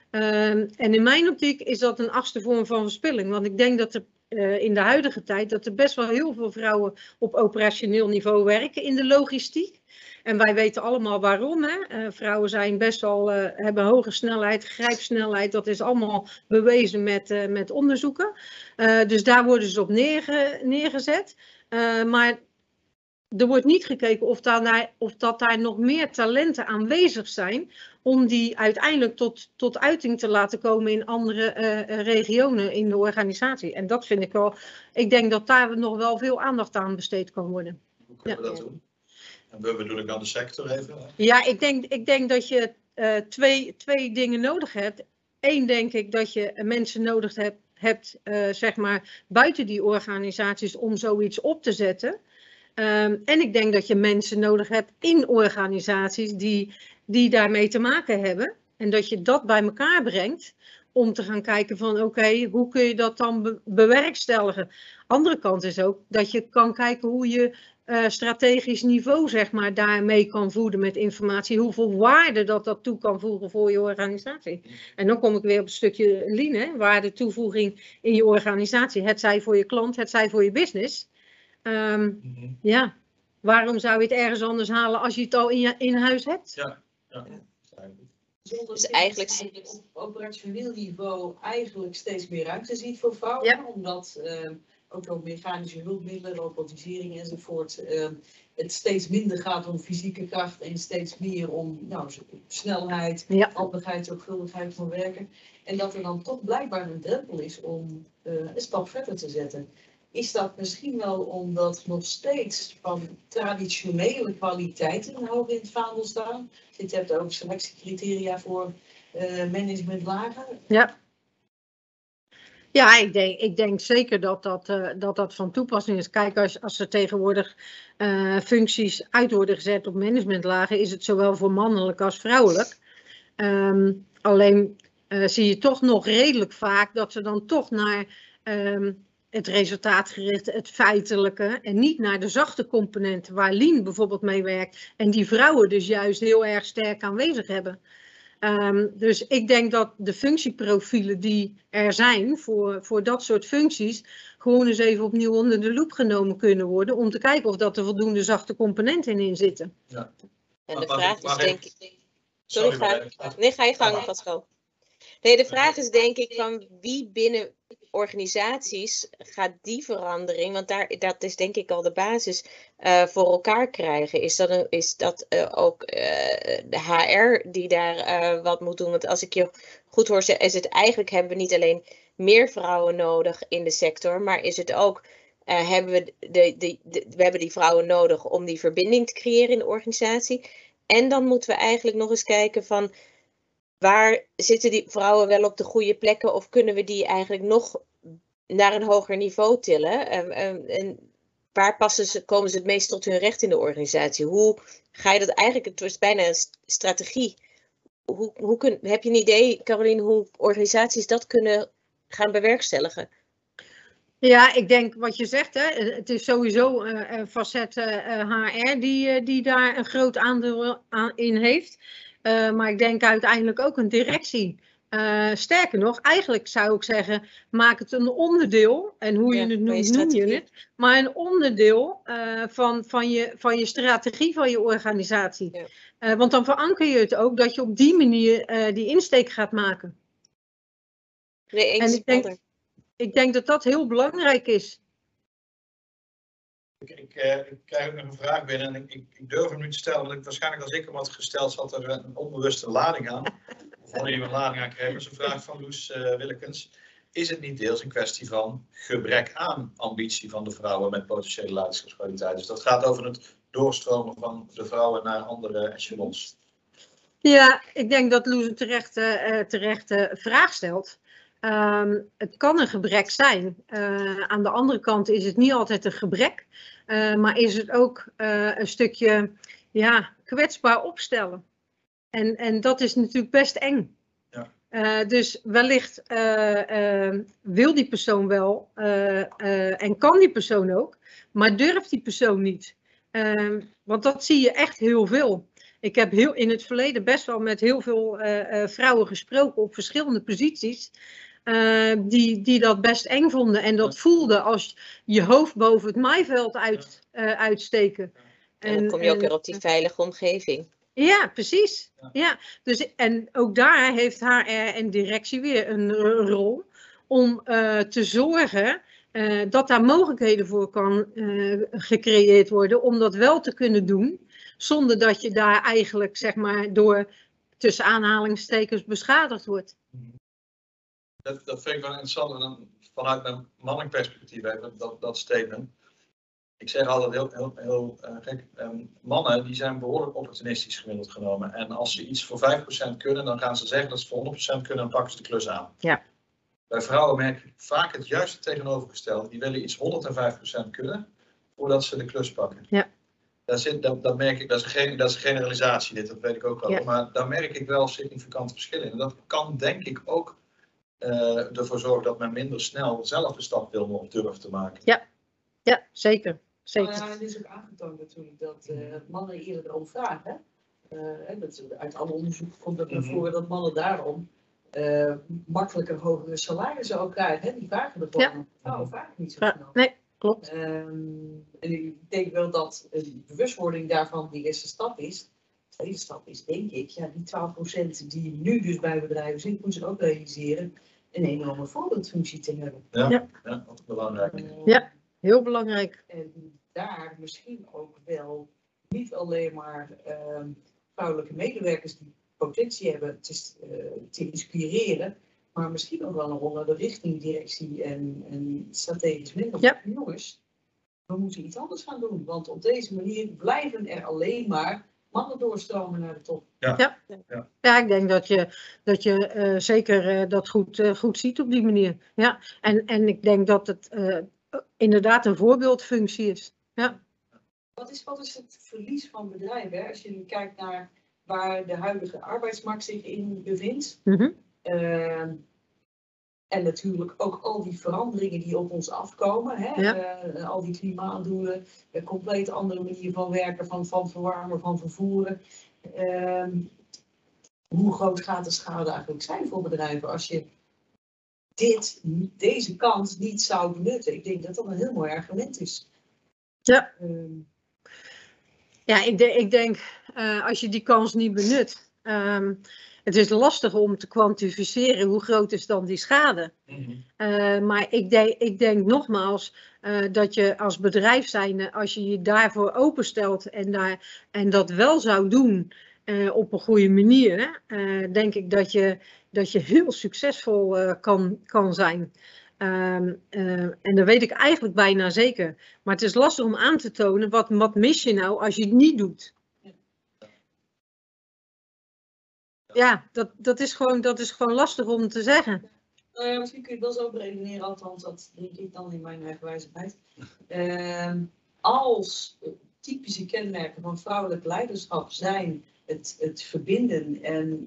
En in mijn optiek is dat een 8e vorm van verspilling. Want ik denk dat er in de huidige tijd dat er best wel heel veel vrouwen op operationeel niveau werken in de logistiek. En wij weten allemaal waarom. Hè? Vrouwen zijn best wel, hebben hoge snelheid, grijpsnelheid. Dat is allemaal bewezen met onderzoeken. Dus daar worden ze op neergezet. Maar er wordt niet gekeken of dat daar nog meer talenten aanwezig zijn om die uiteindelijk tot uiting te laten komen in andere regionen in de organisatie. En dat vind ik wel, ik denk dat daar nog wel veel aandacht aan besteed kan worden. Hoe kunnen we dat doen? En we bedoel ik aan de sector even? Ja, ik denk dat je twee dingen nodig hebt. Eén, denk ik dat je mensen nodig hebt zeg maar, buiten die organisaties om zoiets op te zetten. En ik denk dat je mensen nodig hebt in organisaties die daarmee te maken hebben. En dat je dat bij elkaar brengt om te gaan kijken van oké, hoe kun je dat dan bewerkstelligen. Andere kant is ook dat je kan kijken hoe je strategisch niveau zeg maar daarmee kan voeden met informatie. Hoeveel waarde dat toe kan voegen voor je organisatie. En dan kom ik weer op een stukje lean, hè, waarde toevoeging in je organisatie. Het zij voor je klant, het zij voor je business. Ja, waarom zou je het ergens anders halen als je het al in huis hebt? Ja. Dus eigenlijk op operationeel niveau eigenlijk steeds meer ruimte ziet voor vrouwen. Ja. Omdat ook door mechanische hulpmiddelen, robotisering enzovoort, het steeds minder gaat om fysieke kracht en steeds meer om snelheid, handigheid, zorgvuldigheid van werken. En dat er dan toch blijkbaar een drempel is om een stap verder te zetten. Is dat misschien wel omdat nog steeds van traditionele kwaliteiten hoog in het vaandel staan? Je hebt ook selectiecriteria voor managementlagen. Ja, ik denk zeker dat van toepassing is. Kijk, als er tegenwoordig functies uit worden gezet op managementlagen, is het zowel voor mannelijk als vrouwelijk. Alleen zie je toch nog redelijk vaak dat ze dan toch naar het resultaatgerichte, het feitelijke en niet naar de zachte componenten waar lean bijvoorbeeld mee werkt en die vrouwen dus juist heel erg sterk aanwezig hebben. Dus ik denk dat de functieprofielen die er zijn voor dat soort functies gewoon eens even opnieuw onder de loep genomen kunnen worden om te kijken of dat er voldoende zachte componenten in zitten. Ja. En de vraag is denk ik... Sorry, ga je gang, Pascal. Nee, de vraag is denk ik van wie binnen organisaties gaat die verandering, want dat is denk ik al de basis, voor elkaar krijgen. Is dat ook de HR die daar wat moet doen? Want als ik je goed hoor, is het eigenlijk hebben we niet alleen meer vrouwen nodig in de sector, maar is het ook, hebben we hebben die vrouwen nodig om die verbinding te creëren in de organisatie. En dan moeten we eigenlijk nog eens kijken van waar zitten die vrouwen wel op de goede plekken of kunnen we die eigenlijk nog naar een hoger niveau tillen? En waar komen ze het meest tot hun recht in de organisatie? Hoe ga je dat eigenlijk, het was bijna een strategie. Heb je een idee, Caroline, hoe organisaties dat kunnen gaan bewerkstelligen? Ja, ik denk wat je zegt, hè, het is sowieso een facet HR die daar een groot aandeel in heeft. Maar ik denk uiteindelijk ook een directie. Sterker nog, eigenlijk zou ik zeggen, maak het een onderdeel, en hoe je het noemt, noem je het, maar een onderdeel van je strategie van je organisatie. Ja. Want dan veranker je het ook dat je op die manier die insteek gaat maken. Nee, eens en ik denk dat dat heel belangrijk is. Ik krijg ook nog een vraag binnen en ik durf hem nu te stellen, want waarschijnlijk als ik hem had gesteld, zat er een onbewuste lading aan. Of wanneer je een lading aan krijgt, dat is een vraag van Loes Willekens. Is het niet deels een kwestie van gebrek aan ambitie van de vrouwen met potentiële leiderschapskwaliteit? Dus dat gaat over het doorstromen van de vrouwen naar andere echelons. Ja, ik denk dat Loes een terechte vraag stelt. Het kan een gebrek zijn. Aan de andere kant is het niet altijd een gebrek. Maar is het ook een stukje kwetsbaar opstellen. En dat is natuurlijk best eng. Ja. Dus wellicht wil die persoon wel en kan die persoon ook. Maar durft die persoon niet. Want dat zie je echt heel veel. Ik heb in het verleden best wel met heel veel vrouwen gesproken op verschillende posities. Die dat best eng vonden. En dat voelde als je hoofd boven het maaiveld uitsteken. En dan kom je ook weer op die veilige omgeving. Ja, precies. Ja. Dus, en ook daar heeft HR en directie weer een rol om te zorgen dat daar mogelijkheden voor kan gecreëerd worden om dat wel te kunnen doen, zonder dat je daar eigenlijk, zeg maar, door tussen aanhalingstekens beschadigd wordt. Dat vind ik wel interessant. En dan vanuit mijn mannelijk perspectief, dat statement. Ik zeg altijd heel gek, mannen die zijn behoorlijk opportunistisch gemiddeld genomen. En als ze iets voor 5% kunnen, dan gaan ze zeggen dat ze voor 100% kunnen en pakken ze de klus aan. Ja. Bij vrouwen merk ik vaak het juiste tegenovergestelde. Die willen iets 105% kunnen, voordat ze de klus pakken. Ja. Dat merk ik, dat is een generalisatie dit, dat weet ik ook wel. Ja. Maar daar merk ik wel significante verschillen in. En dat kan denk ik ook ervoor zorgen dat men minder snel zelf de stap wil of durft te maken. Ja, zeker. Zeker. Het is ook aangetoond natuurlijk dat mannen eerder erom vragen. Uit alle onderzoeken komt dat naar voren dat mannen daarom makkelijker hogere salarissen ook krijgen. Hè? Die vragen er gewoon. Vrouwen vragen niet zo snel. Nee, klopt. En ik denk wel dat de bewustwording daarvan die eerste stap is. De tweede stap is, denk ik, die 12% die nu dus bij bedrijven zit, moeten ze ook realiseren een enorme voorbeeldfunctie te hebben. Ja, dat is belangrijk. Ja, heel belangrijk. En daar misschien ook wel niet alleen maar vrouwelijke medewerkers die potentie hebben te inspireren, maar misschien ook wel een rol naar de richting directie en strategisch management. Ja. Jongens, we moeten iets anders gaan doen, want op deze manier blijven er alleen maar mannen doorstromen naar de top. Ja, ik denk dat je zeker dat goed ziet op die manier. Ja. En ik denk dat het inderdaad een voorbeeldfunctie is. Ja. Wat is het verlies van bedrijven, hè? Als je nu kijkt naar waar de huidige arbeidsmarkt zich in bevindt? En natuurlijk ook al die veranderingen die op ons afkomen. Hè? Ja. Al die klimaatdoelen, een compleet andere manier van werken, van verwarmen, van vervoeren. Hoe groot gaat de schade eigenlijk zijn voor bedrijven als je deze kans niet zou benutten? Ik denk dat dat een heel mooi argument is. Ja. Ja, ik denk als je die kans niet benut. Het is lastig om te kwantificeren hoe groot is dan die schade. Maar ik denk nogmaals dat je als bedrijf zijnde, als je je daarvoor openstelt en dat wel zou doen op een goede manier, denk ik dat je heel succesvol kan zijn. En dat weet ik eigenlijk bijna zeker. Maar het is lastig om aan te tonen wat mis je nou als je het niet doet. Ja, dat is gewoon lastig om te zeggen. Misschien kun je het wel zo beredeneren, althans dat denk ik dan in mijn eigen wijsheid. Als typische kenmerken van vrouwelijk leiderschap zijn het verbinden en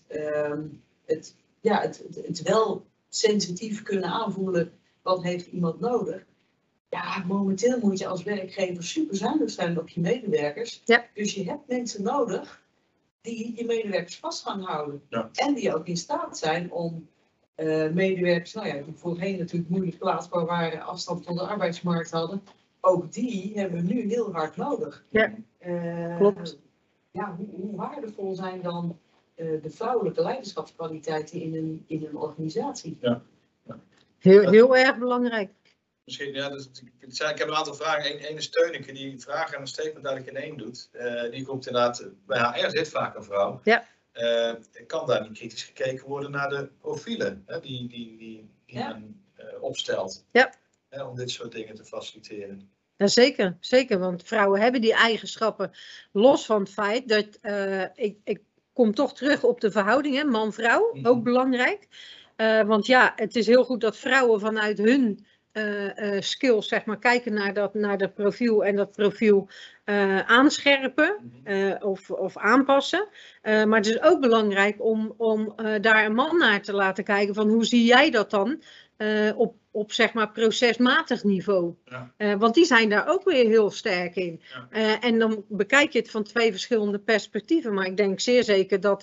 het wel sensitief kunnen aanvoelen wat heeft iemand nodig. Ja, momenteel moet je als werkgever super zuinig zijn op je medewerkers. Ja. Dus je hebt mensen nodig die je medewerkers vast gaan houden. Ja. En die ook in staat zijn om medewerkers, die voorheen natuurlijk moeilijk plaatsbaar waren, afstand van de arbeidsmarkt hadden, ook die hebben we nu heel hard nodig. Ja, klopt. Ja, hoe waardevol zijn dan de vrouwelijke leiderschapskwaliteiten in een organisatie? Ja. Heel erg belangrijk. Misschien, ik heb een aantal vragen. Eén is Teuneke die vragen en een statement eigenlijk in één doet. Die komt inderdaad, bij HR zit vaak een vrouw. Ja. Kan daar niet kritisch gekeken worden naar de profielen die men opstelt? Ja. Om dit soort dingen te faciliteren. Ja, zeker, want vrouwen hebben die eigenschappen. Los van het feit dat, ik kom toch terug op de verhouding, man-vrouw, ook belangrijk. Want ja, het is heel goed dat vrouwen vanuit hun skills, zeg maar, kijken naar dat profiel en dat profiel aanscherpen of aanpassen. Maar het is ook belangrijk om daar een man naar te laten kijken van hoe zie jij dat dan? op zeg maar procesmatig niveau. Ja. Want die zijn daar ook weer heel sterk in. Ja. En dan bekijk je het van 2 verschillende perspectieven. Maar ik denk zeer zeker dat...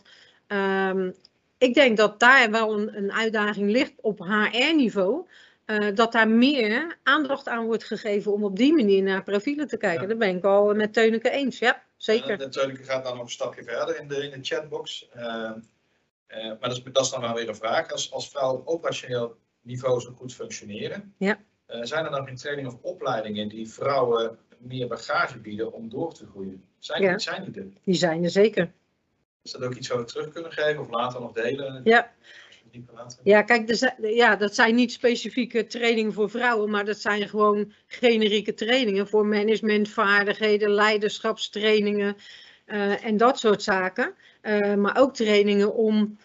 ik denk dat daar wel een uitdaging ligt op HR-niveau. Dat daar meer aandacht aan wordt gegeven om op die manier naar profielen te kijken. Ja. Dat ben ik al met Teuneke eens. Ja, zeker. En Teuneke gaat dan nog een stapje verder in de chatbox. Maar dat is dan wel weer een vraag. Als vrouwen op operationeel niveau zo goed functioneren, Ja. Zijn er dan geen trainingen of opleidingen die vrouwen meer bagage bieden om door te groeien? Zijn die er? Die zijn er zeker. Is dat ook iets wat we terug kunnen geven of later nog delen? Ja. Ja, kijk, dat zijn niet specifieke trainingen voor vrouwen, maar dat zijn gewoon generieke trainingen voor managementvaardigheden, leiderschapstrainingen en dat soort zaken. Maar ook trainingen om,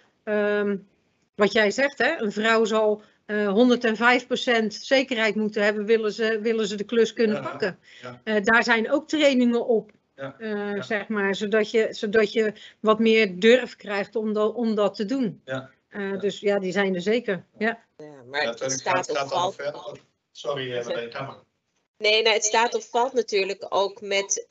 wat jij zegt, hè, een vrouw zal 105% zekerheid moeten hebben, willen ze de klus kunnen pakken. Ja. Daar zijn ook trainingen op. Ja. Zeg maar, zodat je wat meer durf krijgt om dat te doen. Ja. Dus ja, die zijn er zeker. Ja. Ja, maar het staat of valt. Sorry, Nee, het staat of valt natuurlijk ook met.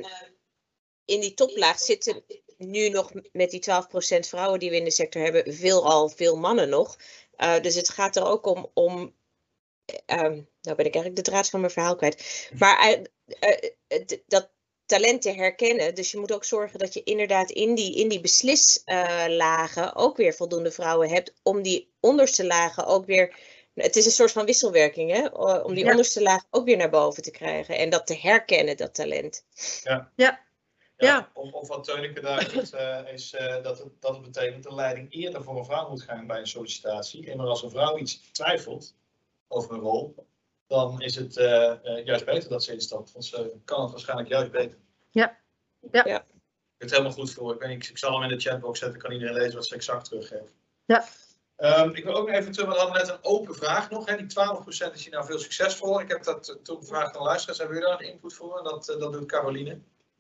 In die toplaag zitten nu nog met die 12% vrouwen die we in de sector hebben, veel mannen nog. Dus het gaat er ook om. Nou ben ik eigenlijk de draad van mijn verhaal kwijt. Maar dat talent te herkennen. Dus je moet ook zorgen dat je inderdaad in die beslislagen ook weer voldoende vrouwen hebt. Om die onderste lagen ook weer. Het is een soort van wisselwerking, hè? Om die onderste laag ook weer naar boven te krijgen. En dat te herkennen, dat talent. Ja. Of wat Teuneke daar is dat het betekent dat de leiding eerder voor een vrouw moet gaan bij een sollicitatie. En maar als een vrouw iets twijfelt over een rol, dan is het juist beter dat ze instapt. Want ze kan het waarschijnlijk juist beter. Ja. Ik heb het helemaal goed voor. Ik zal hem in de chatbox zetten, kan iedereen lezen wat ze exact teruggeven. Ja. Ik wil ook even terug, we hadden net een open vraag nog. Hè? Die 12% is hier nou veel succesvol. Ik heb dat toen gevraagd aan luisteraars. Hebben jullie daar een input voor? En dat doet Caroline.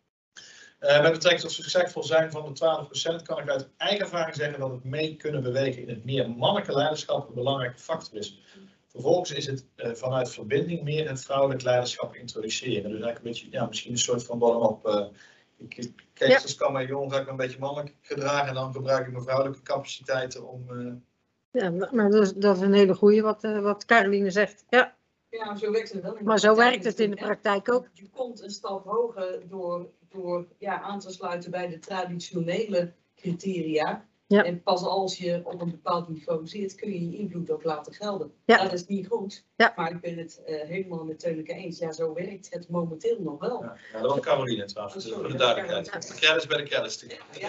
Met betrekking tot succesvol zijn van de 12% kan ik uit eigen ervaring zeggen dat het mee kunnen bewegen in het meer mannelijke leiderschap een belangrijke factor is. Vervolgens is het vanuit verbinding meer het vrouwelijk leiderschap introduceren. Dus eigenlijk een beetje, misschien een soort van bottom-up. Als kan mijn jong, ga ik me een beetje mannelijk gedragen en dan gebruik ik mijn vrouwelijke capaciteiten om... Ja, maar dat is een hele goeie wat Caroline zegt. Ja. Ja, zo werkt het wel. Maar zo werkt het in de praktijk ook. Je komt een stap hoger door aan te sluiten bij de traditionele criteria. Ja. En pas als je op een bepaald niveau zit, kun je je invloed ook laten gelden. Ja. Dat is niet goed, maar ik ben het helemaal met Teuneke eens. Ja, zo werkt het momenteel nog wel. Ja, dat was Caroline trouwens, voor de duidelijkheid. De kennis bij de kennis.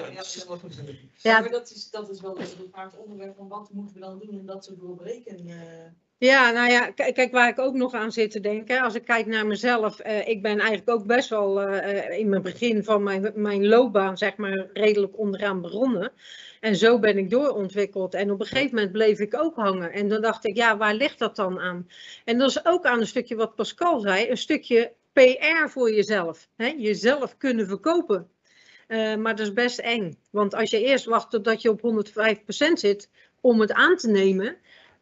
Ja, maar dat is wel een vaak onderwerp van wat moeten we dan doen om dat te doorbreken. Ja, nou ja, kijk waar ik ook nog aan zit te denken. Als ik kijk naar mezelf, ik ben eigenlijk ook best wel in mijn begin van mijn loopbaan, zeg maar, redelijk onderaan begonnen. En zo ben ik doorontwikkeld. En op een gegeven moment bleef ik ook hangen. En dan dacht ik, ja, waar ligt dat dan aan? En dat is ook aan een stukje wat Pascal zei, een stukje PR voor jezelf. Hè? Jezelf kunnen verkopen. Maar dat is best eng. Want als je eerst wacht totdat je op 105% zit om het aan te nemen...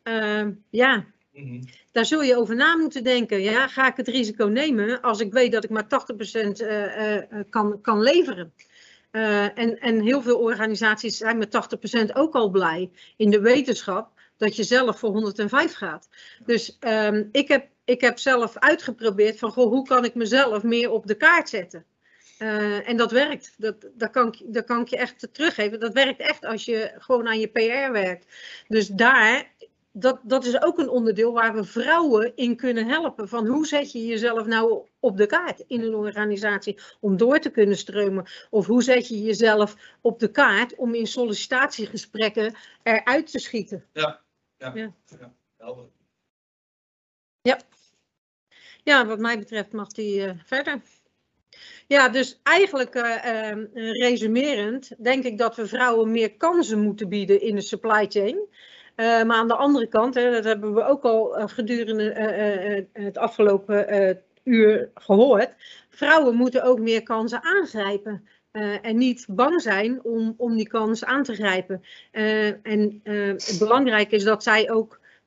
Daar zul je over na moeten denken. Ja, ga ik het risico nemen als ik weet dat ik maar 80% kan leveren? En heel veel organisaties zijn met 80% ook al blij in de wetenschap dat je zelf voor 105 gaat. Dus ik heb zelf uitgeprobeerd van hoe kan ik mezelf meer op de kaart zetten? En dat werkt. Dat kan ik je echt teruggeven. Dat werkt echt als je gewoon aan je PR werkt. Dus dat is ook een onderdeel waar we vrouwen in kunnen helpen. Van hoe zet je jezelf nou op de kaart in een organisatie om door te kunnen stromen? Of hoe zet je jezelf op de kaart om in sollicitatiegesprekken eruit te schieten? Ja. Helder. Ja, wat mij betreft mag die verder. Ja, dus eigenlijk resumerend denk ik dat we vrouwen meer kansen moeten bieden in de supply chain. Maar aan de andere kant, dat hebben we ook al gedurende het afgelopen uur gehoord. Vrouwen moeten ook meer kansen aangrijpen. En niet bang zijn om die kans aan te grijpen. Het belangrijke is dat zij ook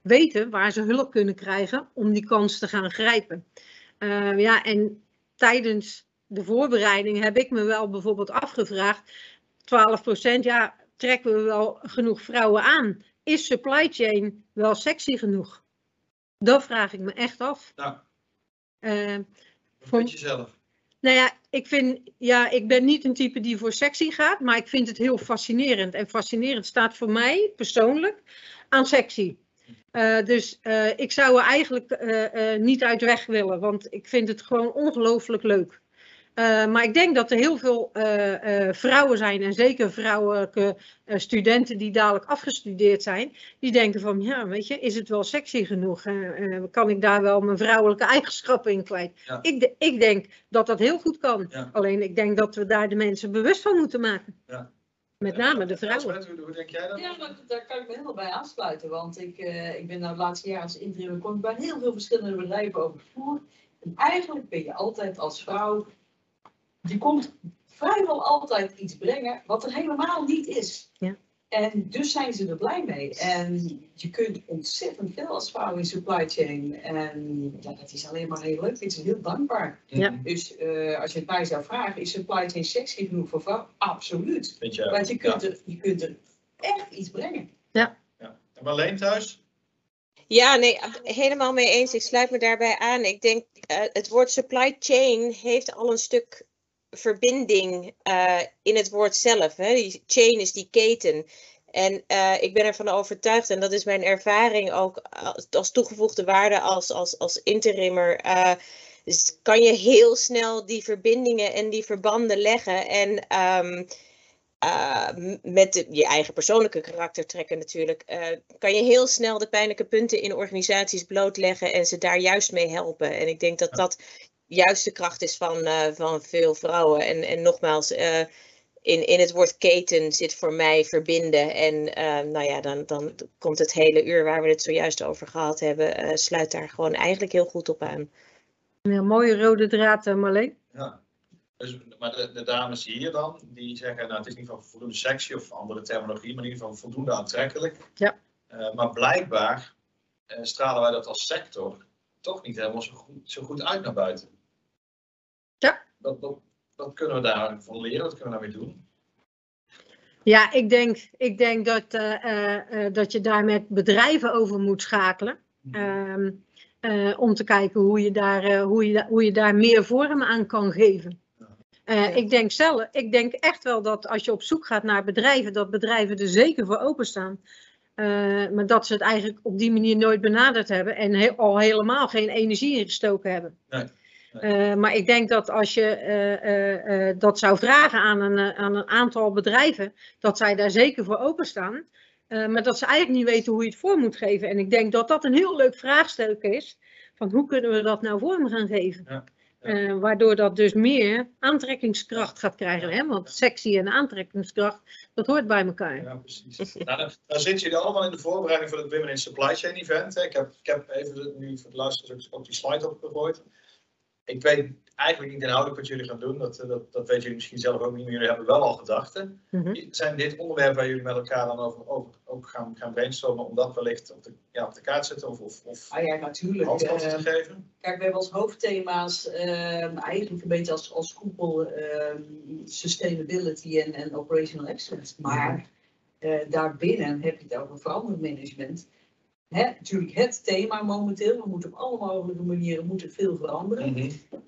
weten waar ze hulp kunnen krijgen om die kans te gaan grijpen. Ja, en tijdens de voorbereiding heb ik me wel bijvoorbeeld afgevraagd, 12%, ja, trekken we wel genoeg vrouwen aan? Is supply chain wel sexy genoeg? Dat vraag ik me echt af. Nou, wat vind je zelf? Nou ja, ik ben niet een type die voor sexy gaat, maar ik vind het heel fascinerend. En fascinerend staat voor mij persoonlijk aan sexy. Dus ik zou er eigenlijk niet uit weg willen, want ik vind het gewoon ongelooflijk leuk. Maar ik denk dat er heel veel vrouwen zijn, en zeker vrouwelijke studenten die dadelijk afgestudeerd zijn, die denken van, ja, weet je, is het wel sexy genoeg? Kan ik daar wel mijn vrouwelijke eigenschappen in kwijt? Ja. Ik denk dat dat heel goed kan. Ja. Alleen ik denk dat we daar de mensen bewust van moeten maken. Ja. Met name de vrouwen. Hoe denk jij dat? Ja, daar kan ik me helemaal bij aansluiten. Want ik ben nou het laatste jaar als interim kom ik bij heel veel verschillende bedrijven over de vloer. En eigenlijk ben je altijd als vrouw, je komt vrijwel altijd iets brengen wat er helemaal niet is. Ja. En dus zijn ze er blij mee. En je kunt ontzettend veel als vrouw in supply chain. En ja, dat is alleen maar heel leuk. Het is heel dankbaar. Ja. Dus als je het mij zou vragen, is supply chain sexy genoeg voor vrouw? Absoluut. Want je kunt er echt iets brengen. Ja. Ja. En Marleen thuis? Ja, nee, helemaal mee eens. Ik sluit me daarbij aan. Ik denk, het woord supply chain heeft al een stuk verbinding in het woord zelf. Hè? Die chain is die keten. En ik ben ervan overtuigd, en dat is mijn ervaring ook als toegevoegde waarde als interimmer, dus kan je heel snel die verbindingen en die verbanden leggen. En met je eigen persoonlijke karaktertrekken natuurlijk, kan je heel snel de pijnlijke punten in organisaties blootleggen en ze daar juist mee helpen. En ik denk dat dat juist de kracht is van veel vrouwen. En nogmaals, in het woord keten zit voor mij verbinden. En nou ja, dan komt het hele uur waar we het zojuist over gehad hebben, sluit daar gewoon eigenlijk heel goed op aan. Ja, mooie rode draad, Marleen. Ja. Dus, maar de dames hier dan, die zeggen, nou, het is in ieder geval voldoende sexy of andere terminologie, maar in ieder geval voldoende aantrekkelijk. Ja. Maar blijkbaar stralen wij dat als sector toch niet helemaal zo goed uit naar buiten. Ja. Wat kunnen we daarvan leren? Wat kunnen we daarmee doen? Ja, ik denk dat je daar met bedrijven over moet schakelen. Om te kijken hoe je daar meer vorm aan kan geven. Ik denk echt wel dat als je op zoek gaat naar bedrijven, dat bedrijven er zeker voor openstaan. Maar dat ze het eigenlijk op die manier nooit benaderd hebben en al helemaal geen energie ingestoken hebben. Nee. Maar ik denk dat als je dat zou vragen aan een aantal bedrijven, dat zij daar zeker voor openstaan. Maar dat ze eigenlijk niet weten hoe je het vorm moet geven. En ik denk dat dat een heel leuk vraagstuk is. Van hoe kunnen we dat nou vorm gaan geven? Ja. Waardoor dat dus meer aantrekkingskracht gaat krijgen. Hè? Want sexy en aantrekkingskracht, dat hoort bij elkaar. Ja, precies. Nou, dan zitten jullie allemaal in de voorbereiding voor het Women in Supply Chain event. Hè? Ik heb even nu voor de luisteraars ook die slide opgegooid. Ik weet eigenlijk niet inhoudelijk wat jullie gaan doen. Dat weten jullie misschien zelf ook niet, maar jullie hebben wel al gedachten. Zijn dit onderwerpen waar jullie met elkaar dan over ook gaan brainstormen om dat wellicht op de kaart te zetten of ja, natuurlijk. handvatten te geven? Kijk, we hebben als hoofdthema's eigenlijk een beetje als koepel sustainability en operational excellence. Maar daarbinnen heb je het over verandermanagement. Natuurlijk het thema momenteel. We moeten op alle mogelijke manieren veel veranderen.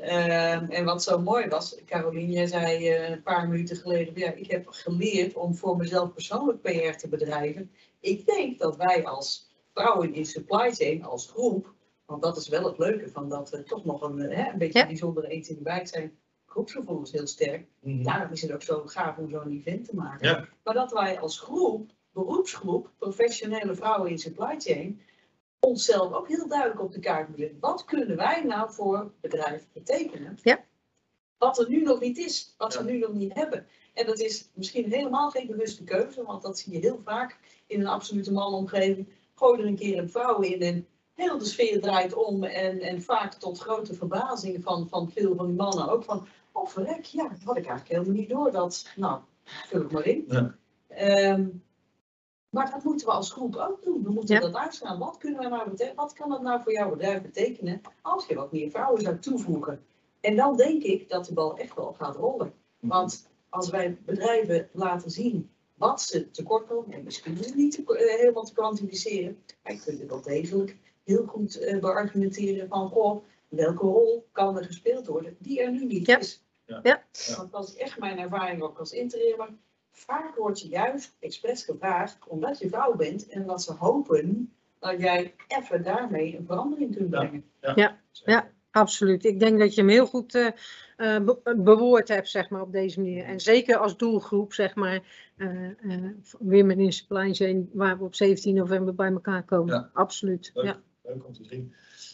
En wat zo mooi was, Caroline, jij zei een paar minuten geleden, ja, ik heb geleerd om voor mezelf persoonlijk PR te bedrijven. Ik denk dat wij als vrouwen in supply chain, als groep, want dat is wel het leuke van dat we toch nog een beetje bijzondere eentje in de wijk zijn. Groepsgevoel is heel sterk. Daarom is het ook zo gaaf om zo'n event te maken. Ja. Maar dat wij als groep, beroepsgroep, professionele vrouwen in supply chain, onszelf ook heel duidelijk op de kaart moeten. Wat kunnen wij nou voor bedrijven betekenen? Ja. Wat er nu nog niet is, wat we nu nog niet hebben. En dat is misschien helemaal geen bewuste keuze, want dat zie je heel vaak in een absolute manomgeving. Gooi er een keer een vrouw in en heel de sfeer draait om. En vaak tot grote verbazing van veel van die mannen ook van, oh verrek, ja, dat had ik eigenlijk helemaal niet door. Dat, nou, vul het maar in. Ja. Maar dat moeten we als groep ook doen. We moeten dat uitstaan. Wat kunnen we nou betekenen? Wat kan dat nou voor jouw bedrijf betekenen als je wat meer vrouwen zou toevoegen? En dan denk ik dat de bal echt wel gaat rollen. Want als wij bedrijven laten zien wat ze tekort komen, en misschien is het niet helemaal te kwantificeren, maar je kunt het wel degelijk heel goed beargumenteren van, goh, welke rol kan er gespeeld worden die er nu niet is. Ja. Want dat is echt mijn ervaring ook als interimmer. Vaak wordt je juist expres gevraagd omdat je vrouw bent en dat ze hopen dat jij even daarmee een verandering kunt brengen. Ja, absoluut. Ik denk dat je hem heel goed bewoord hebt, zeg maar, op deze manier. En zeker als doelgroep, zeg maar, Women in Supply Chain, waar we op 17 november bij elkaar komen. Ja. Absoluut. Leuk om te zien.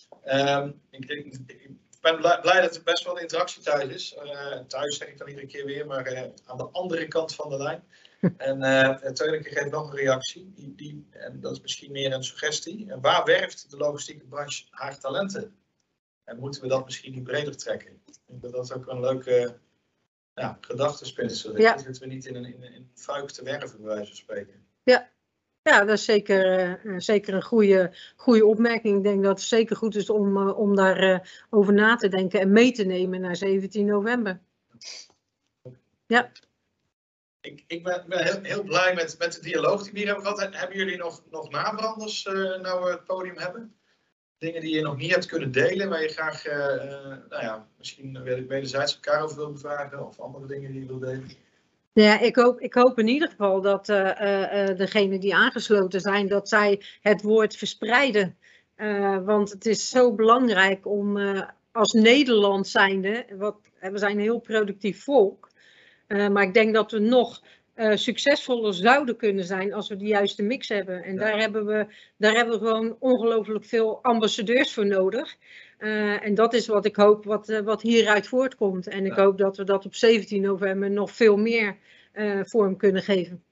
Ik ben blij dat er best wel interactie thuis is. Thuis zeg ik dan iedere keer weer, maar aan de andere kant van de lijn. En Teuneke geeft nog een reactie. En dat is misschien meer een suggestie. En waar werft de logistieke branche haar talenten? En moeten we dat misschien niet breder trekken? Ik denk dat ook een leuke gedachtenspinsel is. Dat we niet in een fuik te werven, bij wijze van spreken. Ja, dat is zeker een goede opmerking. Ik denk dat het zeker goed is om daar over na te denken en mee te nemen naar 17 november. Ja. Ik ben heel blij met de dialoog die we hier hebben gehad. Hebben jullie nog nabranders nou het podium hebben? Dingen die je nog niet hebt kunnen delen, waar je graag misschien wederzijds elkaar over wil bevragen of andere dingen die je wil delen? Ja, ik hoop in ieder geval dat degenen die aangesloten zijn, dat zij het woord verspreiden. Want het is zo belangrijk om als Nederland zijnde, we zijn een heel productief volk, maar ik denk dat we nog succesvoller zouden kunnen zijn als we de juiste mix hebben. En daar hebben we gewoon ongelooflijk veel ambassadeurs voor nodig. En dat is wat ik hoop wat hieruit voortkomt. En ik hoop dat we dat op 17 november nog veel meer vorm kunnen geven.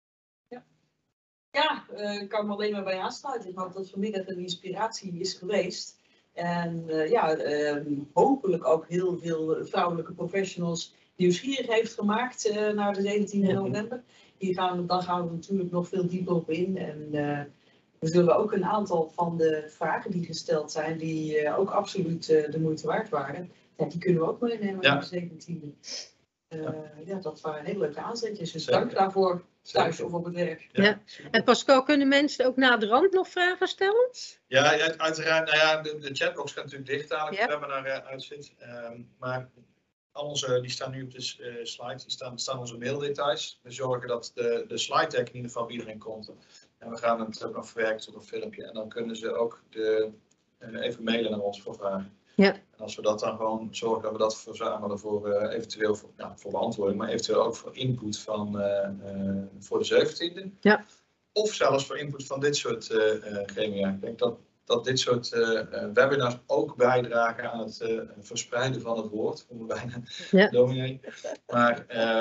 Ik kan me alleen maar bij aansluiten. Ik hoop dat vanmiddag een inspiratie is geweest. En hopelijk ook heel veel vrouwelijke professionals nieuwsgierig heeft gemaakt naar de 17 november. Dan gaan we natuurlijk nog veel dieper op in. En we zullen ook een aantal van de vragen die gesteld zijn, die ook absoluut de moeite waard waren, die kunnen we ook meenemen naar de 17e. Dat waren hele leuke aanzetjes. Dus dank daarvoor thuis of op het werk. Ja. En Pascal, kunnen mensen ook na de rand nog vragen stellen? Ja, uiteraard. De chatbox gaat natuurlijk dicht dadelijk als het webinar uitzit. Maar al onze, die staan nu op de slide, staan onze maildetails. We zorgen dat de slide deck in ieder geval bij iedereen komt. En we gaan het ook nog verwerken tot een filmpje. En dan kunnen ze ook even mailen naar ons voor vragen. Ja. En als we dat dan gewoon zorgen dat we dat verzamelen voor eventueel voor beantwoording, maar eventueel ook voor input voor de 17e. Ja. Of zelfs voor input van dit soort gremia. Ik denk dat dit soort webinars ook bijdragen aan het verspreiden van het woord. Vonden we bijna dominee. Maar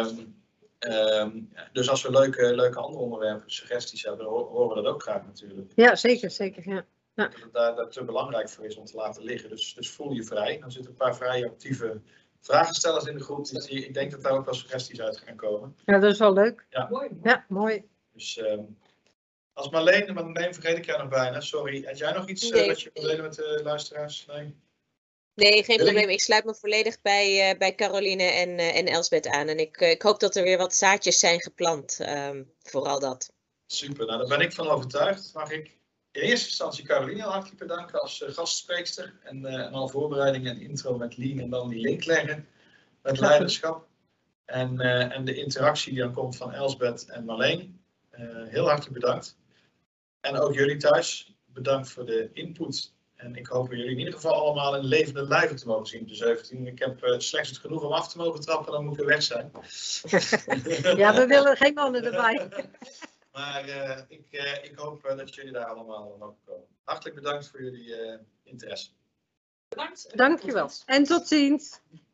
dus als we leuke andere onderwerpen, suggesties hebben, dan horen we dat ook graag natuurlijk. Ja, zeker. Ja. Dat het te belangrijk voor is om te laten liggen. Dus voel je vrij. Dan zitten een paar vrij actieve vragenstellers in de groep. Dus ik denk dat daar ook wel suggesties uit gaan komen. Ja, dat is wel leuk. Ja. Mooi. Dus als Marleen, vergeet ik jou nog bijna. Sorry. Had jij nog iets wat je wil delen met de luisteraars? Nee, geen probleem. Ik sluit me volledig bij Caroline en Elsbeth aan. En ik hoop dat er weer wat zaadjes zijn geplant. Vooral dat. Super. Nou, daar ben ik van overtuigd. Mag ik in eerste instantie Caroline heel hartelijk bedanken als gastspreekster. En alle voorbereidingen en intro met Lien en dan die link leggen met leiderschap. En de interactie die dan komt van Elsbeth en Marleen. Heel hartelijk bedankt. En ook jullie thuis. Bedankt voor de input. En ik hoop jullie in ieder geval allemaal in levende lijven te mogen zien op de 17. Ik heb slechts het genoeg om af te mogen trappen, dan moet ik er weg zijn. Ja, we willen geen mannen erbij. Maar ik hoop dat jullie daar allemaal mogen komen. Hartelijk bedankt voor jullie interesse. Bedankt. Dankjewel. En tot ziens.